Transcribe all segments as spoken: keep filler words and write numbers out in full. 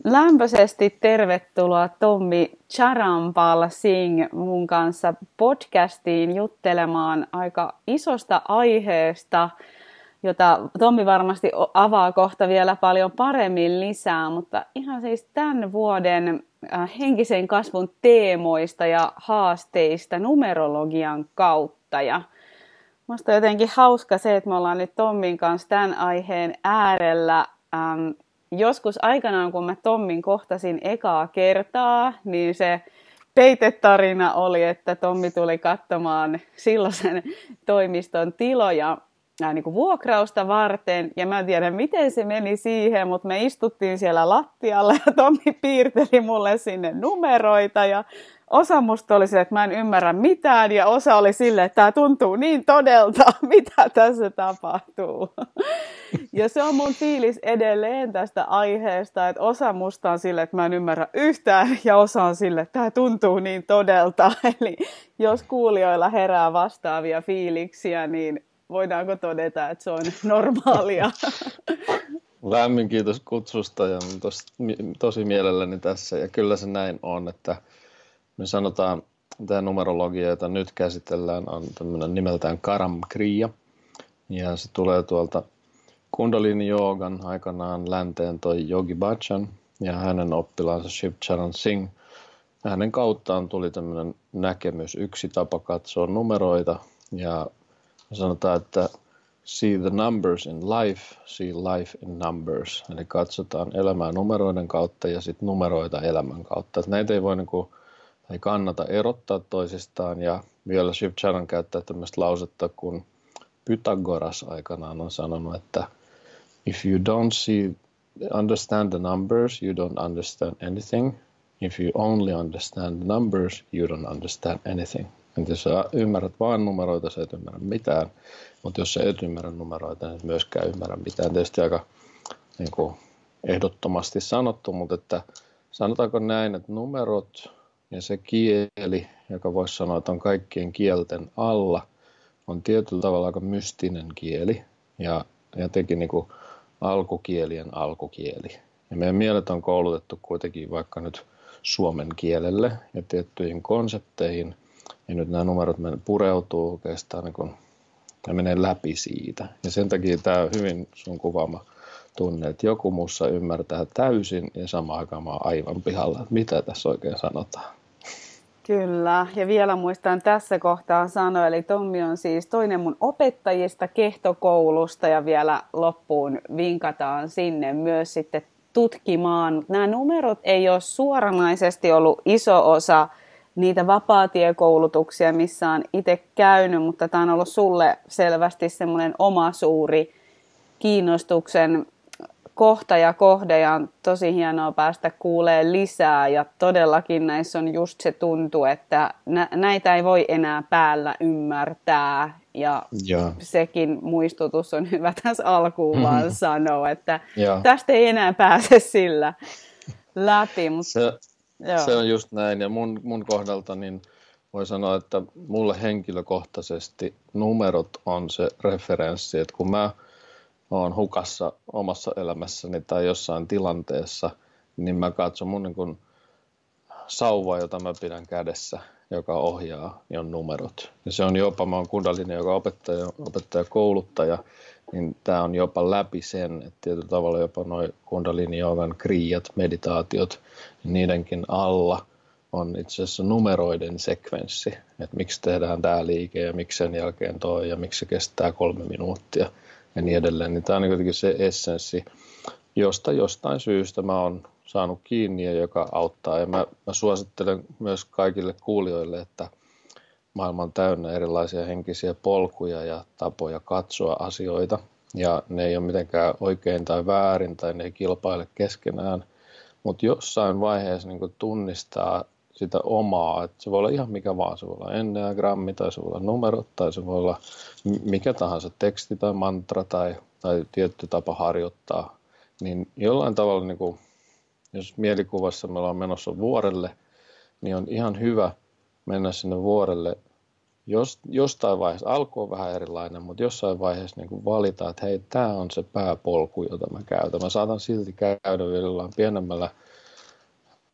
Lämpöisesti tervetuloa Tommi Charampal Singh mun kanssa podcastiin juttelemaan aika isosta aiheesta, jota Tommi varmasti avaa kohta vielä paljon paremmin lisää, mutta ihan siis tämän vuoden henkisen kasvun teemoista ja haasteista numerologian kautta. Ja musta on jotenkin hauska se, että me ollaan nyt Tommin kanssa tämän aiheen äärellä. Ähm, Joskus aikanaan, kun mä Tommin kohtasin ekaa kertaa, niin se peitetarina oli, että Tommi tuli katsomaan silloisen toimiston tiloja ää, niin kuin vuokrausta varten. Ja mä en tiedä, miten se meni siihen, mutta me istuttiin siellä lattialla ja Tommi piirteli mulle sinne numeroita. Ja osa musta oli sille, että mä en ymmärrä mitään, ja osa oli sille, että tämä tuntuu niin todelta, mitä tässä tapahtuu. Ja se on mun fiilis edelleen tästä aiheesta, että osa musta on sille, että mä en ymmärrä yhtään, ja osa on sille, että tämä tuntuu niin todelta. Eli jos kuulijoilla herää vastaavia fiiliksiä, niin voidaanko todeta, että se on normaalia? Lämmin kiitos kutsusta ja tos, tosi mielelläni tässä. Ja kyllä se näin on, että me sanotaan, tämä numerologia, jota nyt käsitellään, on tämmöinen nimeltään Karam Kriya. Ja se tulee tuolta Kundalini Joogan aikanaan länteen toi Yogi Bhajan ja hänen oppilaansa Shiv Charan Singh. Hänen kauttaan tuli tämmöinen näkemys, yksi tapa katsoa numeroita. Ja sanotaan, että see the numbers in life, see life in numbers. Eli katsotaan elämää numeroiden kautta ja sitten numeroita elämän kautta. Että näitä ei voi niin kuin, ei kannata erottaa toisistaan. Ja vielä Shiv Charan käyttää tämmöistä lausetta, kun Pythagoras aikanaan on sanonut, että if you don't see, understand the numbers, you don't understand anything. If you only understand the numbers, you don't understand anything. Et jos sä ymmärrät vain numeroita, sä et ymmärrä mitään. Mutta jos sä et ymmärrä numeroita, niin et myöskään ymmärrä mitään. Tietysti aika niin kuin ehdottomasti sanottu, mutta että sanotaanko näin, että numerot ja se kieli, joka voisi sanoa, että on kaikkien kielten alla, on tietyllä tavalla aika mystinen kieli ja jotenkin niin kuin alkukielien alkukieli. Ja meidän mielet on koulutettu kuitenkin vaikka nyt suomen kielelle ja tiettyihin konsepteihin. Ja nyt nämä numerot pureutuu oikeastaan niin kuin, ja menee läpi siitä. Ja sen takia tämä hyvin sun kuvaama tunne, että joku muussa ymmärtää täysin ja samaan aikaan mä oon aivan pihalla, että mitä tässä oikein sanotaan. Kyllä, ja vielä muistan tässä kohtaa sanoa, eli Tommi on siis toinen mun opettajista Kehtokoulusta, ja vielä loppuun vinkataan sinne myös sitten tutkimaan. Nämä numerot ei ole suoranaisesti ollut iso osa niitä vapaatiekoulutuksia, missä on itse käynyt, mutta tämä on ollut sulle selvästi semmoinen oma suuri kiinnostuksen kohta ja kohde, ja on tosi hienoa päästä kuulemaan lisää, ja todellakin näissä on just se tuntu, että näitä ei voi enää päällä ymmärtää, ja, ja. sekin muistutus on hyvä tässä alkuun vaan sanoa, että ja. tästä ei enää pääse sillä läpi. Mutta, se, se on just näin, ja mun, mun kohdalta niin voi sanoa, että mulle henkilökohtaisesti numerot on se referenssi, että kun mä olen hukassa omassa elämässäni tai jossain tilanteessa, niin mä katson mun niin kuin sauvaa, jota mä pidän kädessä, joka ohjaa, niin on numerot. Ja se on jopa, mä oon Kundalini, joka opettaja, opettaja kouluttaja, niin tää on jopa läpi sen, että tietyllä tavalla jopa noi Kundalini joogan kriyat, meditaatiot, niin niidenkin alla on itse asiassa numeroiden sekvenssi, että miksi tehdään tää liike ja miksi sen jälkeen toi ja miksi se kestää kolme minuuttia. Ja niin edelleen. Niin tämä on kuitenkin se essenssi, josta jostain syystä mä oon saanut kiinni ja joka auttaa. Ja mä, mä suosittelen myös kaikille kuulijoille, että maailma on täynnä erilaisia henkisiä polkuja ja tapoja katsoa asioita. Ja ne ei ole mitenkään oikein tai väärin tai ne ei kilpaile keskenään. Mutta jossain vaiheessa niin kun tunnistaa sitä omaa, että se voi olla ihan mikä vaan, se voi olla enneagrammi tai se voi olla numerot tai se voi olla mikä tahansa teksti tai mantra tai, tai tietty tapa harjoittaa, niin jollain tavalla, niin kuin, jos mielikuvassa me ollaan menossa vuorelle, niin on ihan hyvä mennä sinne vuorelle jos, jostain vaiheessa, alku on vähän erilainen, mutta jossain vaiheessa niin kuin valita, että hei, tämä on se pääpolku, jota mä käytän. Mä saatan silti käydä vielä jollain pienemmällä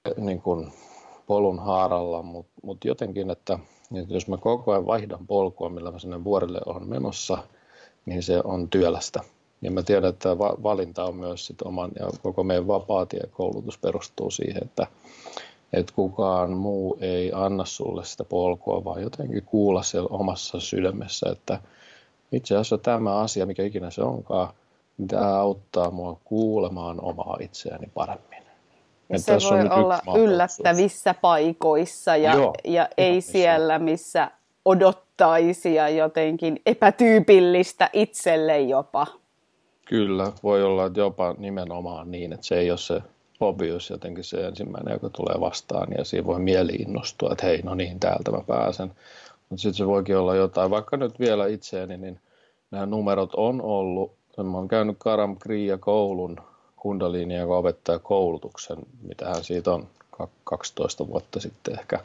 niin kuin polun haaralla, mutta mut jotenkin, että, että jos mä koko ajan vaihdan polkua, millä mä sinne vuorille on menossa, niin se on työlästä. Ja mä tiedän, että valinta on myös sit oman, ja koko meidän vapaatiekoulutus perustuu siihen, että, että kukaan muu ei anna sulle sitä polkua, vaan jotenkin kuulla siellä omassa sydämessä, että itse asiassa tämä asia, mikä ikinä se onkaan, niin tämä auttaa mua kuulemaan omaa itseäni paremmin. Ja se voi olla yllättävissä paikoissa ja, Joo, ja ei siellä, missä odottaisi ja jotenkin epätyypillistä itselle jopa. Kyllä, voi olla että jopa nimenomaan niin, että se ei ole se obvious jotenkin se ensimmäinen, joka tulee vastaan ja siinä voi mieli innostua, että hei, no niin, täältä mä pääsen. Mutta sitten se voikin olla jotain, vaikka nyt vielä itseäni, niin nämä numerot on ollut, mä oon käynyt Karam Kriya koulun Kundalini- ja opettajakoulutuksen, mitähän siitä on kaksitoista vuotta sitten ehkä.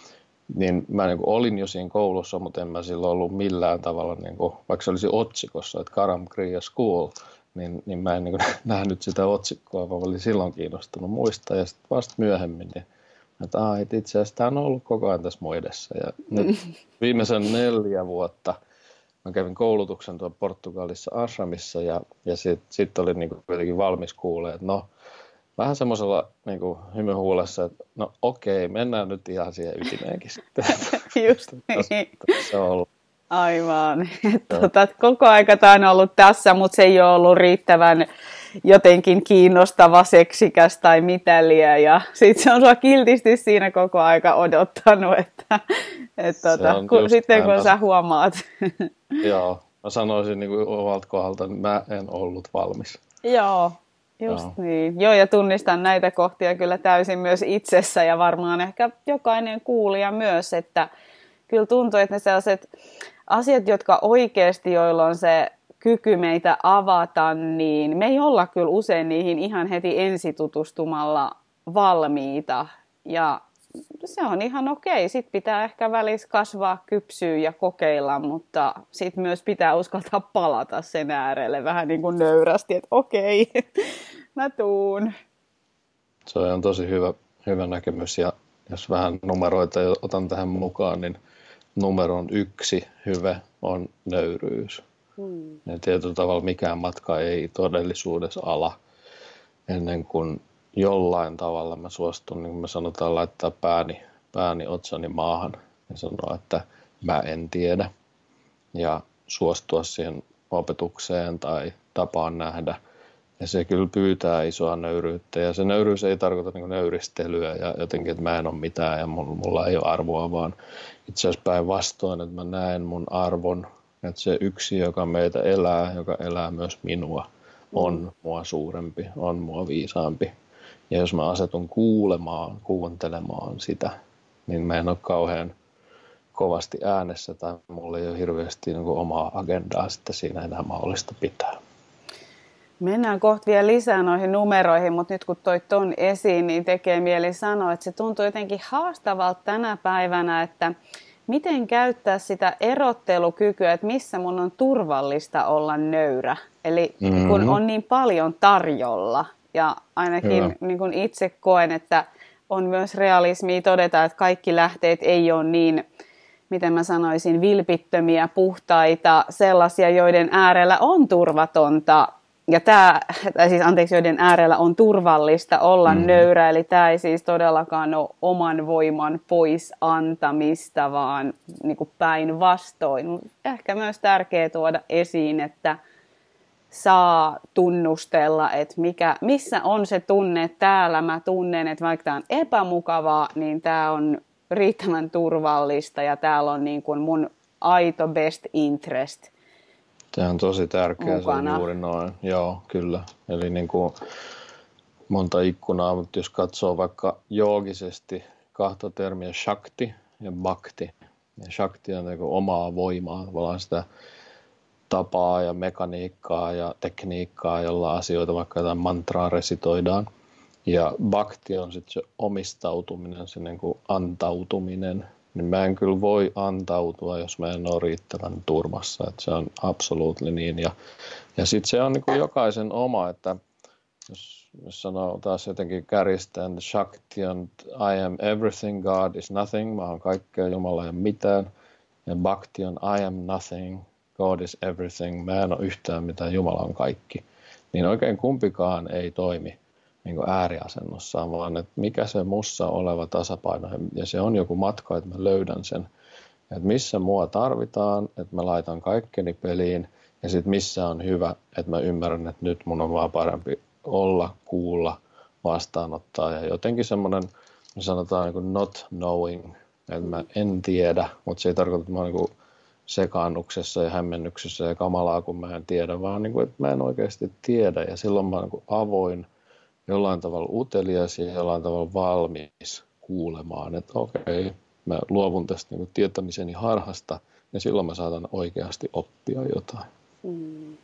Niin mä niin kuin olin jo siinä koulussa, mutta en mä silloin ollut millään tavalla, niin kuin, vaikka se olisi otsikossa, että Karam Kriya School, niin, niin mä en niin kuin nähnyt sitä otsikkoa, vaan olin silloin kiinnostunut muistaa. Ja sitten vasta myöhemmin, niin, että, ah, että itse asiassa tämä on ollut koko ajan tässä mun edessä. Ja nyt viimeisen neljä vuotta mä kävin koulutuksen tuolla Portugalissa Ashramissa ja, ja sitten sit olin niin kuin kuitenkin valmis kuulemaan, että no, vähän semmoisella niin kuin hymyhuulessa, että no okei, mennään nyt ihan siihen ytimeenkin sitten. Just niin. Se on ollut. Aivan. Tota, koko aika tämä on ollut tässä, mutta se ei ole ollut riittävän jotenkin kiinnostava, seksikäs tai mitäliä. Ja sitten se on sua kiltisti siinä koko aika odottanut, että, että tota, kun, sitten kun sä huomaat. Joo, mä sanoisin niin kuin omalta kohdalta, että mä en ollut valmis. Joo. Just Joo. niin. Joo, ja tunnistan näitä kohtia kyllä täysin myös itsessä ja varmaan ehkä jokainen kuulija myös, että kyllä tuntuu, että ne sellaiset asiat, jotka oikeasti, joilla on se kyky meitä avata, niin me ei olla kyllä usein niihin ihan heti ensitutustumalla valmiita. Ja se on ihan okei. Sitten pitää ehkä välissä kasvaa, kypsyä ja kokeilla, mutta sitten myös pitää uskaltaa palata sen äärelle vähän niin kuin nöyrästi, että okei, mä tuun. Se on tosi hyvä, hyvä näkemys ja jos vähän numeroita otan tähän mukaan, niin numeron yksi hyve on nöyryys. Hmm. Ja tietyllä tavalla mikään matka ei todellisuudessa ala ennen kuin jollain tavalla mä suostun, niin kuin me sanotaan, laittaa pääni, pääni otsani maahan ja sanoa, että mä en tiedä. Ja suostua siihen opetukseen tai tapaan nähdä. Ja se kyllä pyytää isoa nöyryyttä. Ja se nöyryys ei tarkoita niin kuin nöyristelyä ja jotenkin, että mä en ole mitään ja mulla ei ole arvoa, vaan itse asiassa päinvastoin, että mä näen mun arvon. Että se yksi, joka meitä elää, joka elää myös minua, on mua suurempi, on mua viisaampi. Ja jos mä asetun kuulemaan, kuuntelemaan sitä, niin mä en ole kauhean kovasti äänessä tai mulla ei ole hirveästi niin kuin omaa agendaa sitten siinä enää mahdollista pitää. Mennään kohta vielä lisää noihin numeroihin, mutta nyt kun toit ton esiin, niin tekee mieli sanoa, että se tuntuu jotenkin haastavalta tänä päivänä, että miten käyttää sitä erottelukykyä, että missä mun on turvallista olla nöyrä. Eli mm-hmm. kun on niin paljon tarjolla. Ja ainakin niin kuin itse koen, että on myös realismia todeta, että kaikki lähteet ei ole niin, miten mä sanoisin, vilpittömiä, puhtaita, sellaisia, joiden äärellä on turvatonta, ja tämä, tai siis anteeksi, joiden äärellä on turvallista olla mm. nöyrä, eli tämä ei siis todellakaan ole oman voiman pois antamista, vaan niin kuin päinvastoin. Ehkä myös tärkeää tuoda esiin, että saa tunnustella, että mikä, missä on se tunne, että täällä mä tunnen, että vaikka tämä on epämukavaa, niin tämä on riittävän turvallista ja täällä on niin kuin mun aito best interest. Tämä on tosi tärkeää, se on juuri noin. Joo, kyllä. Eli niin kuin monta ikkunaa, mutta jos katsoo vaikka joogisesti kahta termiä, shakti ja bhakti. Ja shakti on niin kuin omaa voimaa, tavallaan sitä tapaa ja mekaniikkaa ja tekniikkaa, jolla asioita, vaikka jotain mantraa resitoidaan. Ja bhakti on sitten se omistautuminen, se niin kuin antautuminen. Niin mä en kyllä voi antautua, jos mä en ole riittävän turvassa. Että se on absoluutli niin. Ja, ja sitten se on niin kuin jokaisen oma, että jos jos sanoo taas jotenkin kärjistään, Shakti on I am everything, God is nothing, mä oon kaikkea, Jumala ei ole mitään. Ja Bhakti on I am nothing, God is everything, mä en ole yhtään mitään, Jumala on kaikki. Niin oikein kumpikaan ei toimi niin kuin ääriasennossaan, vaan että mikä se mussa oleva tasapaino, ja se on joku matka, että mä löydän sen, että missä mua tarvitaan, että mä laitan kaikkeni peliin, ja sitten missä on hyvä, että mä ymmärrän, että nyt mun on vaan parempi olla, kuulla, vastaanottaa, ja jotenkin semmoinen, me sanotaan niin kuin not knowing, että mä en tiedä, mutta se ei tarkoita, että mä oon niin sekaannuksessa ja hämmennyksessä ja kamalaa, kun mä en tiedä, vaan niin kuin, että mä en oikeasti tiedä, ja silloin mä oon niin avoin, jollain tavalla utelias ja jollain tavalla valmis kuulemaan, että okei, mä luovun tästä niin tietämiseni harhasta ja silloin mä saatan oikeasti oppia jotain. Mm.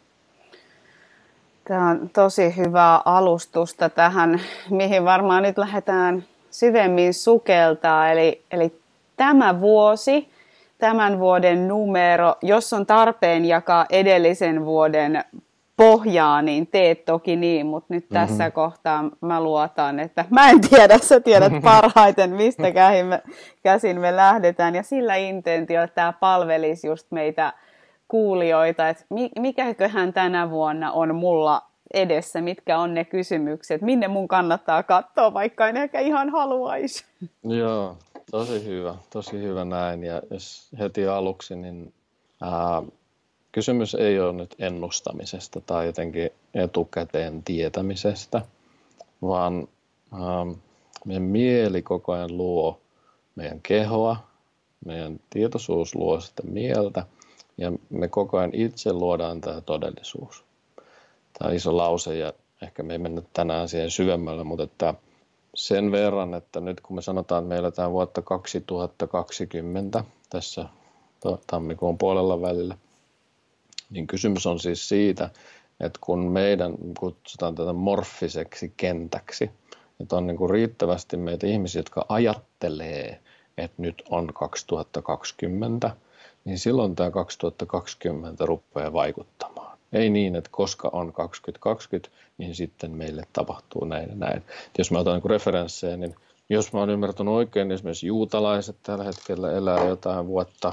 Tämä on tosi hyvää alustusta tähän, mihin varmaan nyt lähdetään syvemmin sukeltaa. Eli, eli tämä vuosi, tämän vuoden numero, jos on tarpeen jakaa edellisen vuoden pohjaa, niin teet toki niin, mutta nyt mm-hmm. tässä kohtaa mä luotan, että mä en tiedä, sä tiedät parhaiten, mistä käsin me, käsin me lähdetään. Ja sillä intentiolla tämä palvelisi just meitä kuulijoita, että mikäköhän tänä vuonna on mulla edessä, mitkä on ne kysymykset, minne mun kannattaa katsoa, vaikka en ehkä ihan haluaisi. Joo, tosi hyvä, tosi hyvä näin. Ja jos heti aluksi, niin ää, kysymys ei ole nyt ennustamisesta tai jotenkin etukäteen tietämisestä, vaan ähm, meidän mieli koko ajan luo meidän kehoa, meidän tietoisuus luo sitä mieltä ja me koko ajan itse luodaan tämä todellisuus. Tämä on iso lause ja ehkä me ei mennä tänään siihen syvemmälle, mutta että sen verran, että nyt kun me sanotaan, että me eletään vuotta kaksituhattakaksikymmentä tässä tammikuun puolella välillä, niin kysymys on siis siitä, että kun meidän kutsutaan tätä morfiseksi kentäksi, että on niin kuin riittävästi meitä ihmisiä, jotka ajattelee, että nyt on kaksituhattakaksikymmentä, niin silloin tämä kaksituhattakaksikymmentä rupeaa vaikuttamaan. Ei niin, että koska on kaksituhattakaksikymmentä, niin sitten meille tapahtuu näin ja näin. Jos mä otan niin kuin referenssejä, niin jos mä oon ymmärtänyt oikein, niin esimerkiksi juutalaiset tällä hetkellä elää jotain vuotta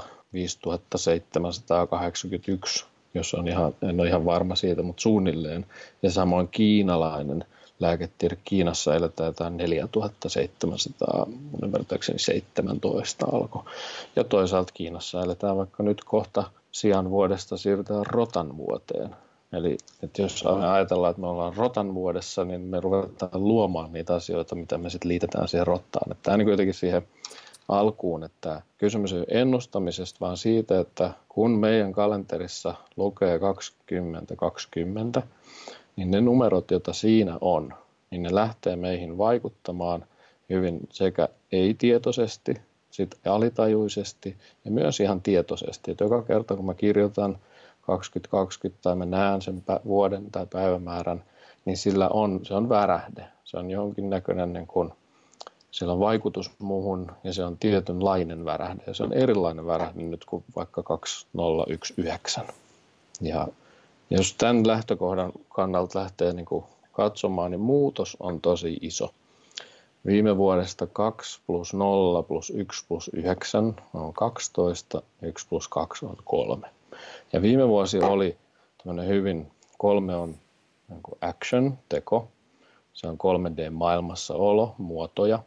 viisituhattaseitsemänsataakahdeksankymmentäyksi, jos on ihan, en ole ihan varma siitä, mutta suunnilleen. Ja samoin kiinalainen lääketiede Kiinassa eletään jotain neljätuhattaseitsemänsataa, mun ymmärtääkseni seitsemäntoista alkoi. Ja toisaalta Kiinassa eletään vaikka nyt kohta sian vuodesta siirrytään rotan vuoteen. Eli että jos ajatellaan, että me ollaan rotan vuodessa, niin me ruvetaan luomaan niitä asioita, mitä me sitten liitetään siihen rottaan. Että tämä on kuitenkin siihen alkuun, että kysymys ei ole ennustamisesta, vaan siitä, että kun meidän kalenterissa lukee kaksikymmentä kaksikymmentä, niin ne numerot, joita siinä on, niin ne lähtee meihin vaikuttamaan hyvin sekä ei-tietoisesti, sitten alitajuisesti ja myös ihan tietoisesti. Että joka kerta, kun mä kirjoitan kaksituhattakaksikymmentä tai mä näen sen vuoden tai päivämäärän, niin sillä on, se on värähde. Se on jonkinnäköinen niin kuin sillä on vaikutus muuhun ja se on tietynlainen värähde. Ja se on erilainen värähde nyt kuin vaikka kaksituhattayhdeksän. Ja jos tämän lähtökohdan kannalta lähtee niin kuin katsomaan, niin muutos on tosi iso. Viime vuodesta kaksi plus nolla plus yksi plus yhdeksän on kaksitoista, yksi plus kaksi on kolme. Ja viime vuosi oli tämmöinen hyvin, kolme on niin kuin action, teko. Se on kolme D-maailmassa olo, muotoja.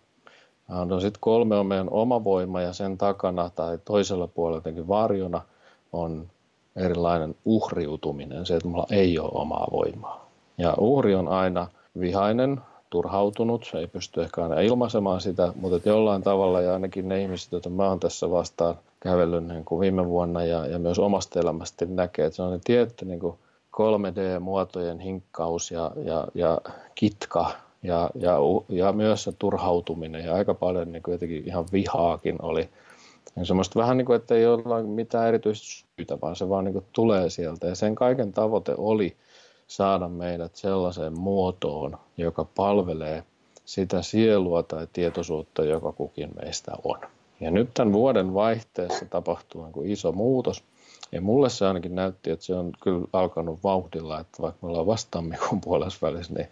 No sitten kolme on meidän oma voima ja sen takana tai toisella puolella jotenkin varjona on erilainen uhriutuminen, se, että mulla ei ole omaa voimaa. Ja uhri on aina vihainen, turhautunut, se ei pysty ehkä aina ilmaisemaan sitä, mutta jollain tavalla ja ainakin ne ihmiset, joita mä oon tässä vastaan kävellyt niin kuin viime vuonna ja, ja myös omasta elämästä näkee, että se on tietty niin kuin kolme D-muotojen hinkkaus ja, ja, ja kitka ja, ja, ja myös se turhautuminen ja aika paljon niin kuin jotenkin ihan vihaakin oli. Ja semmoista vähän niin kuin, että ei ole mitään erityistä syytä, vaan se vaan niin kuin tulee sieltä. Ja sen kaiken tavoite oli saada meidät sellaiseen muotoon, joka palvelee sitä sielua tai tietoisuutta, joka kukin meistä on. Ja nyt tämän vuoden vaihteessa tapahtuu niin kuin iso muutos. Ja mulle se ainakin näytti, että se on kyllä alkanut vauhdilla, että vaikka me ollaan vasta tammikuun puolessa välissä, niin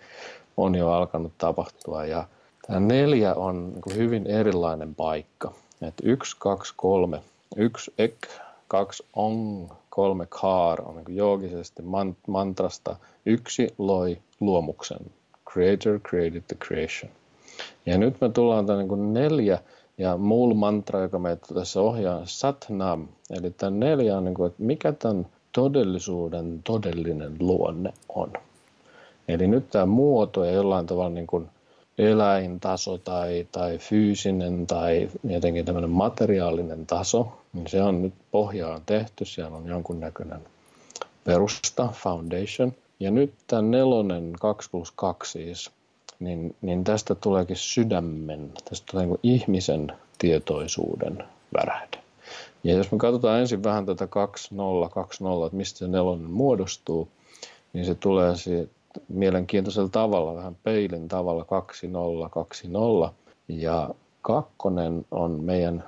on jo alkanut tapahtua. Ja tämä neljä on niin kuin hyvin erilainen paikka. Että yksi, kaksi, kolme. Yksi ek, kaksi ong, kolme kar on niin kuin joogisesti mantrasta. Yksi loi luomuksen. Creator created the creation. Ja nyt me tullaan tämän niin kuin neljä. Ja muu mantra, joka meitä tässä ohjaa, Satnam. Eli tämä neljä on, niin kuin, että mikä tämän todellisuuden todellinen luonne on. Eli nyt tämä muoto ja jollain tavalla niin kuin eläintaso tai, tai fyysinen tai jotenkin tämmöinen materiaalinen taso, niin se on nyt pohja on tehty, siellä on jonkunnäköinen perusta, foundation. Ja nyt tämä nelonen, kaksi plus kaksi siis, niin, niin tästä tuleekin sydämen, tästä tulee niin kuin ihmisen tietoisuuden värähde. Ja jos me katsotaan ensin vähän tätä kaksi nolla kaksi nolla, että mistä se nelonen muodostuu, niin se tulee siitä mielenkiintoisella tavalla, vähän peilin tavalla kaksi nolla kaksi nolla. Ja kakkonen on meidän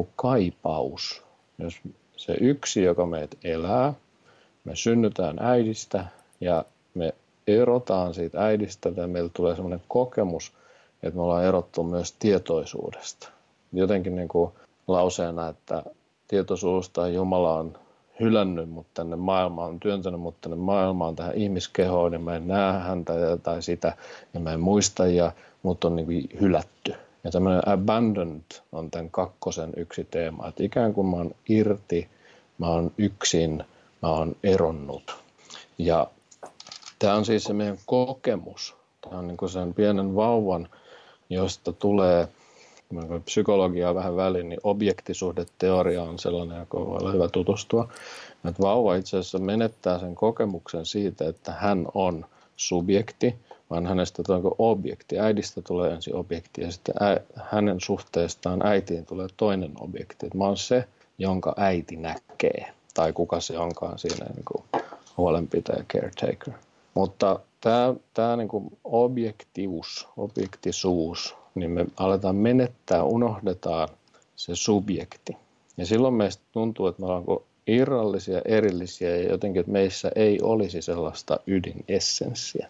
kaipaus. Jos se yksi, joka meitä elää, me synnytään äidistä ja me erotaan siitä äidistä, ja meillä tulee sellainen kokemus, että me ollaan erottu myös tietoisuudesta. Jotenkin niin kuin lauseena, että tietoisuus tai Jumala on hylännyt mut tänne maailmaan, on työntänyt mut tänne maailmaan, tähän ihmiskehoon, ja mä en näe häntä tai sitä, ja mä en muista, ja mut on niin kuin hylätty. Ja tämmöinen abandoned on tämän kakkosen yksi teema, että ikään kuin mä oon irti, mä oon yksin, mä oon eronnut. Ja tämä on siis se meidän kokemus. Tämä on niin kuin sen pienen vauvan, josta tulee, kun psykologiaa vähän väliin, niin objektisuhdeteoria on sellainen, joka voi olla hyvä tutustua. Että vauva itse asiassa menettää sen kokemuksen siitä, että hän on subjekti, vaan hänestä tulee objekti. Äidistä tulee ensin objekti ja sitten ä, hänen suhteestaan äitiin tulee toinen objekti. Että mä oon se, jonka äiti näkee, tai kuka se onkaan siinä niin kuin huolenpitäjä, caretaker. Mutta tämä, tämä niin kuin objektius, objektisuus, niin me aletaan menettää, unohdetaan se subjekti. Ja silloin meistä tuntuu, että me ollaan irrallisia, erillisiä ja jotenkin, että meissä ei olisi sellaista ydinесsenssiä.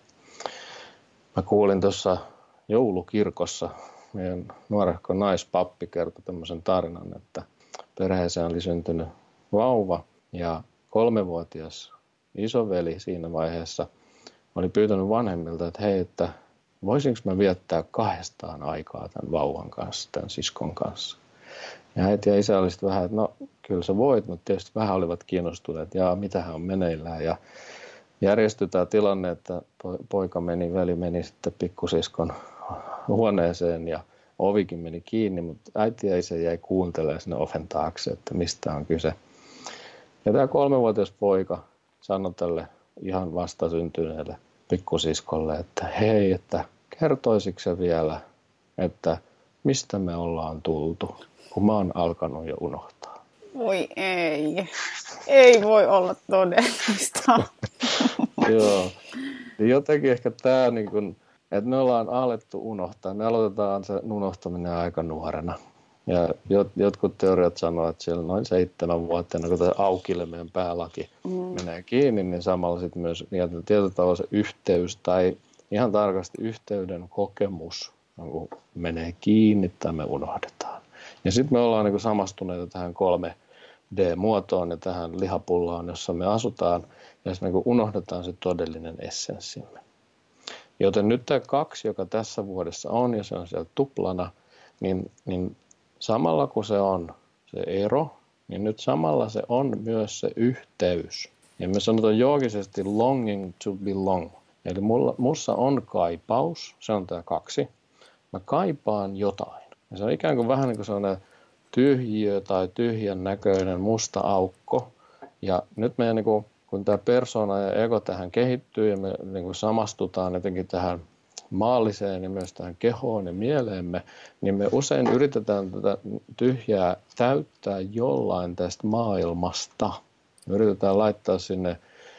Mä kuulin tuossa joulukirkossa, meidän nuorehko naispappi kertoi tämmöisen tarinan, että perheeseen oli syntynyt vauva ja kolmevuotias isoveli siinä vaiheessa oli pyytänyt vanhemmilta, että hei, että voisinko mä viettää kahdestaan aikaa tämän vauvan kanssa, tämän siskon kanssa. Ja äiti ja isä oli sitten vähän, että no kyllä sä voit, mutta tietysti vähän olivat kiinnostuneet, että jaa, mitähän on meneillään. Ja järjestyi tämä tilanne, että poika meni, veli meni sitten pikkusiskon huoneeseen ja ovikin meni kiinni, mutta äiti ja isä jäi kuuntelemaan sinne oven taakse, että mistä on kyse. Ja tämä kolmevuotias poika sanoi tälle ihan vastasyntyneelle pikkusiskolle, että hei, että kertoisitko sä vielä, että mistä me ollaan tultu, kun mä oon alkanut jo unohtaa. Voi ei, ei voi olla todellista. Joo, jotenkin ehkä tämä, niin kun, että me ollaan alettu unohtaa, me aloitetaan se unohtaminen aika nuorena. Ja jotkut teoriat sanoo, että siellä noin seitsemän vuotta, kun tämä aukilemeen päälaki mm. menee kiinni, niin samalla sitten myös tietyllä tavalla se yhteys tai ihan tarkasti yhteyden kokemus niin menee kiinni tai me unohdetaan. Ja sitten me ollaan niin samastuneita tähän kolme D-muotoon ja tähän lihapullaan, jossa me asutaan, ja sitten niin unohdetaan se todellinen essenssimme. Joten nyt tämä kaksi, joka tässä vuodessa on, ja se on siellä tuplana, niin, niin samalla kun se on se ero, niin nyt samalla se on myös se yhteys. Ja me sanotaan joogisesti longing to belong. Eli mulla, mussa on kaipaus, se on tämä kaksi. Mä kaipaan jotain. Ja se on ikään kuin vähän niin kuin sellainen tyhjiö tai tyhjän näköinen musta aukko. Ja nyt meidän, niin kuin, kun tämä persona ja ego tähän kehittyy ja me niin kuin samastutaan jotenkin tähän maalliseen ja myös tähän kehoon ja mieleemme, niin me usein yritetään tätä tyhjää täyttää jollain tästä maailmasta. Me yritetään laittaa sinne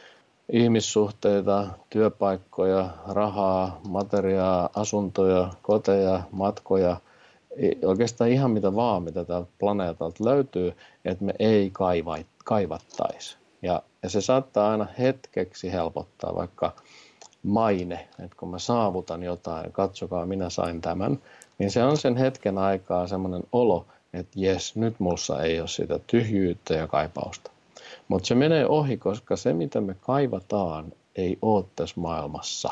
ihmissuhteita, työpaikkoja, rahaa, materiaa, asuntoja, koteja, matkoja, oikeastaan ihan mitä vaan, mitä täältä planeetalta löytyy, että me ei kaiva, kaivattaisi. Ja, ja se saattaa aina hetkeksi helpottaa, vaikka maine, että kun mä saavutan jotain, katsokaa minä sain tämän, niin se on sen hetken aikaa semmoinen olo, että jes, nyt mulla ei ole sitä tyhjyyttä ja kaipausta. Mutta se menee ohi, koska se mitä me kaivataan ei ole tässä maailmassa.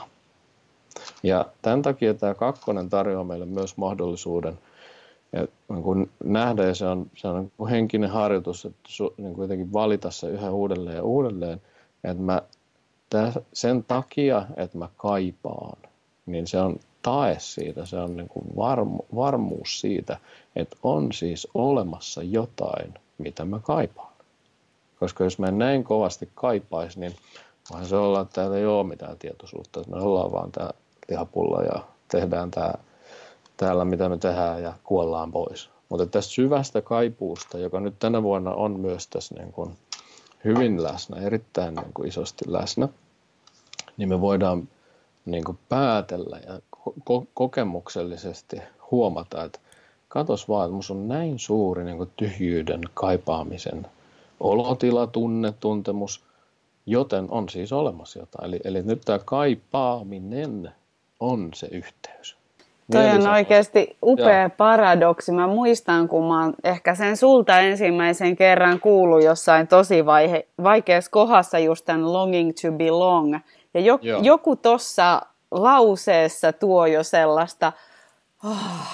Ja tämän takia tämä kakkonen tarjoaa meille myös mahdollisuuden että niin nähdä, ja se on, se on niin kuin henkinen harjoitus, että su, niin kuitenkin valita se yhä uudelleen ja uudelleen, että mä täs, sen takia, että mä kaipaan, niin se on tae siitä, se on niin kuin varmu, varmuus siitä, että on siis olemassa jotain, mitä mä kaipaan. Koska jos mä en näin kovasti kaipaisi, niin voihan se olla, että täällä ei ole mitään tietoisuutta, että me ollaan vaan tää lihapulla ja tehdään tää täällä, mitä me tehdään ja kuollaan pois. Mutta tästä syvästä kaipuusta, joka nyt tänä vuonna on myös tässä niin kuin hyvin läsnä, erittäin niin kuin isosti läsnä, niin me voidaan niin kuin päätellä ja ko- kokemuksellisesti huomata, että katos vaan, että musta on näin suuri niin kuin tyhjyyden kaipaamisen olotila, tunne, tuntemus, joten on siis olemassa jotain. Eli, eli nyt tämä kaipaaminen on se yhteys. Toi on oikeasti upea Joo. paradoksi. Mä muistan, kun mä oon ehkä sen sulta ensimmäisen kerran kuullut jossain tosi vaihe, vaikeassa kohdassa just tämän longing to belong. Ja jo, joku tossa lauseessa tuo jo sellaista oh,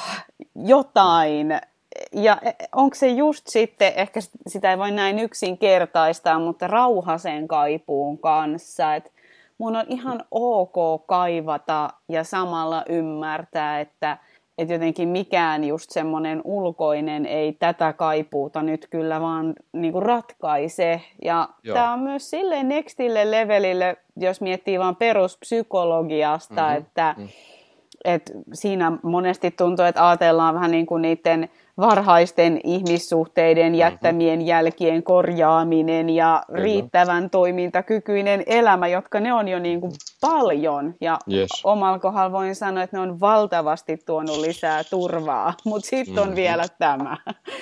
jotain. Ja onko se just sitten, ehkä sitä ei voi näin yksinkertaistaa, mutta rauhasen kaipuun kanssa, että mun on ihan ok kaivata ja samalla ymmärtää, että, että jotenkin mikään just semmoinen ulkoinen ei tätä kaipuuta nyt kyllä vaan niin kuin ratkaise. Ja tämä on myös silleen nextille levelille, jos miettii vaan peruspsykologiasta, mm-hmm. että, mm-hmm. että siinä monesti tuntuu, että ajatellaan vähän niin kuin niiden varhaisten ihmissuhteiden jättämien mm-hmm. jälkien korjaaminen ja Kyllä. riittävän toimintakykyinen elämä, jotka ne on jo niin kuin paljon. Ja yes. omalla kohdalla voin sanoa, että ne on valtavasti tuonut lisää turvaa, mutta sitten mm-hmm. on vielä tämä.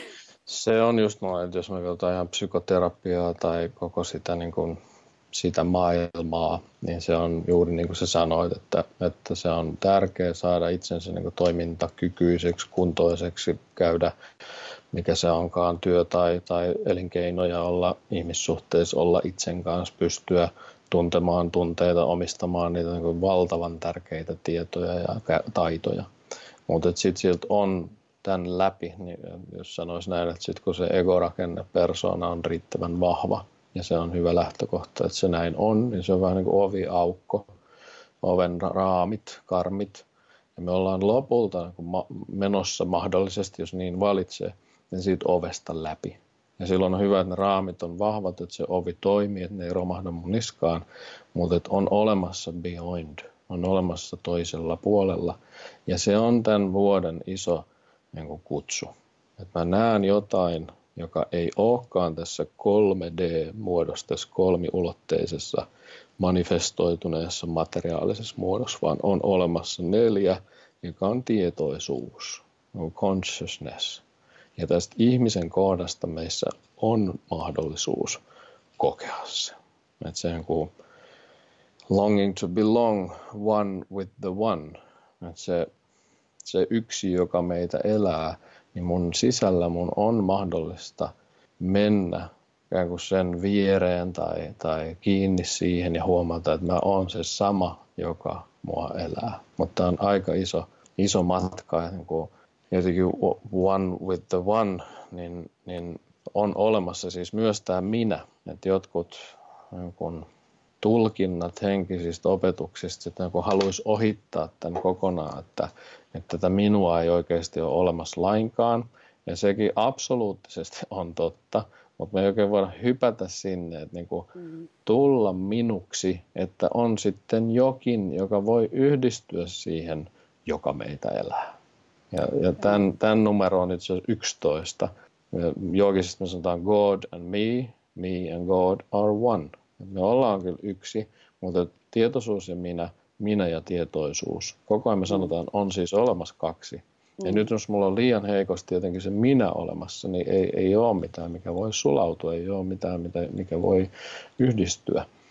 Se on just noin, että jos me katsotaan ihan psykoterapiaa tai koko sitä, niin kuin, sitä maailmaa, niin se on juuri niin kuin sä sanoit, että, että se on tärkeää saada itsensä niin kuin toimintakykyiseksi, kuntoiseksi, käydä mikä se onkaan työ tai, tai elinkeinoja olla ihmissuhteissa, olla itsen kanssa, pystyä tuntemaan tunteita, omistamaan niitä niin kuin valtavan tärkeitä tietoja ja taitoja. Mutta sitten siltä on tämän läpi, niin jos sanoisi näin, että sit kun se ego-rakenne persona on riittävän vahva ja se on hyvä lähtökohta, että se näin on, niin se on vähän niin kuin ovi-aukko, oven raamit, karmit. Ja me ollaan lopulta niin kuin menossa mahdollisesti, jos niin valitsee, niin siitä ovesta läpi. Ja silloin on hyvä, että ne raamit on vahvat, että se ovi toimii, että ne ei romahda mun niskaan, mutta että on olemassa beyond, on olemassa toisella puolella. Ja se on tämän vuoden iso niin kuin kutsu. Että mä näen jotain, joka ei olekaan tässä kolme D-muodossa, tässä kolmiulotteisessa manifestoituneessa materiaalisessa muodossa, vaan on olemassa neljä, joka on tietoisuus, on consciousness. Ja tästä ihmisen kohdasta meissä on mahdollisuus kokea se. Että se on kuin longing to belong one with the one. Että se, se yksi, joka meitä elää, niin mun sisällä mun on mahdollista mennä ikään kuin sen viereen tai, tai kiinni siihen ja huomata, että mä oon se sama, joka mua elää. Mutta on aika iso, iso matka, niin kuin jotenkin one with the one, niin, niin on olemassa siis myös tämä minä. Että jotkut niin tulkinnat henkisistä opetuksista, että kun haluaisi ohittaa tämän kokonaan, että, että tätä minua ei oikeasti ole olemassa lainkaan. Ja sekin absoluuttisesti on totta, mutta me ei oikein voida hypätä sinne, että niin kuin tulla minuksi, että on sitten jokin, joka voi yhdistyä siihen, joka meitä elää. Ja, ja tämän, tämän numero on itse asiassa yksitoista. Joogisesta me sanotaan God and me, me and God are one. Me ollaan kyllä yksi, mutta tietoisuus ja minä, minä ja tietoisuus. Koko ajan me sanotaan, on siis olemassa kaksi. Ja mm. nyt jos mulla on liian heikosti jotenkin se minä olemassa, niin ei, ei ole mitään, mikä voi sulautua, ei ole mitään, mikä voi yhdistyä.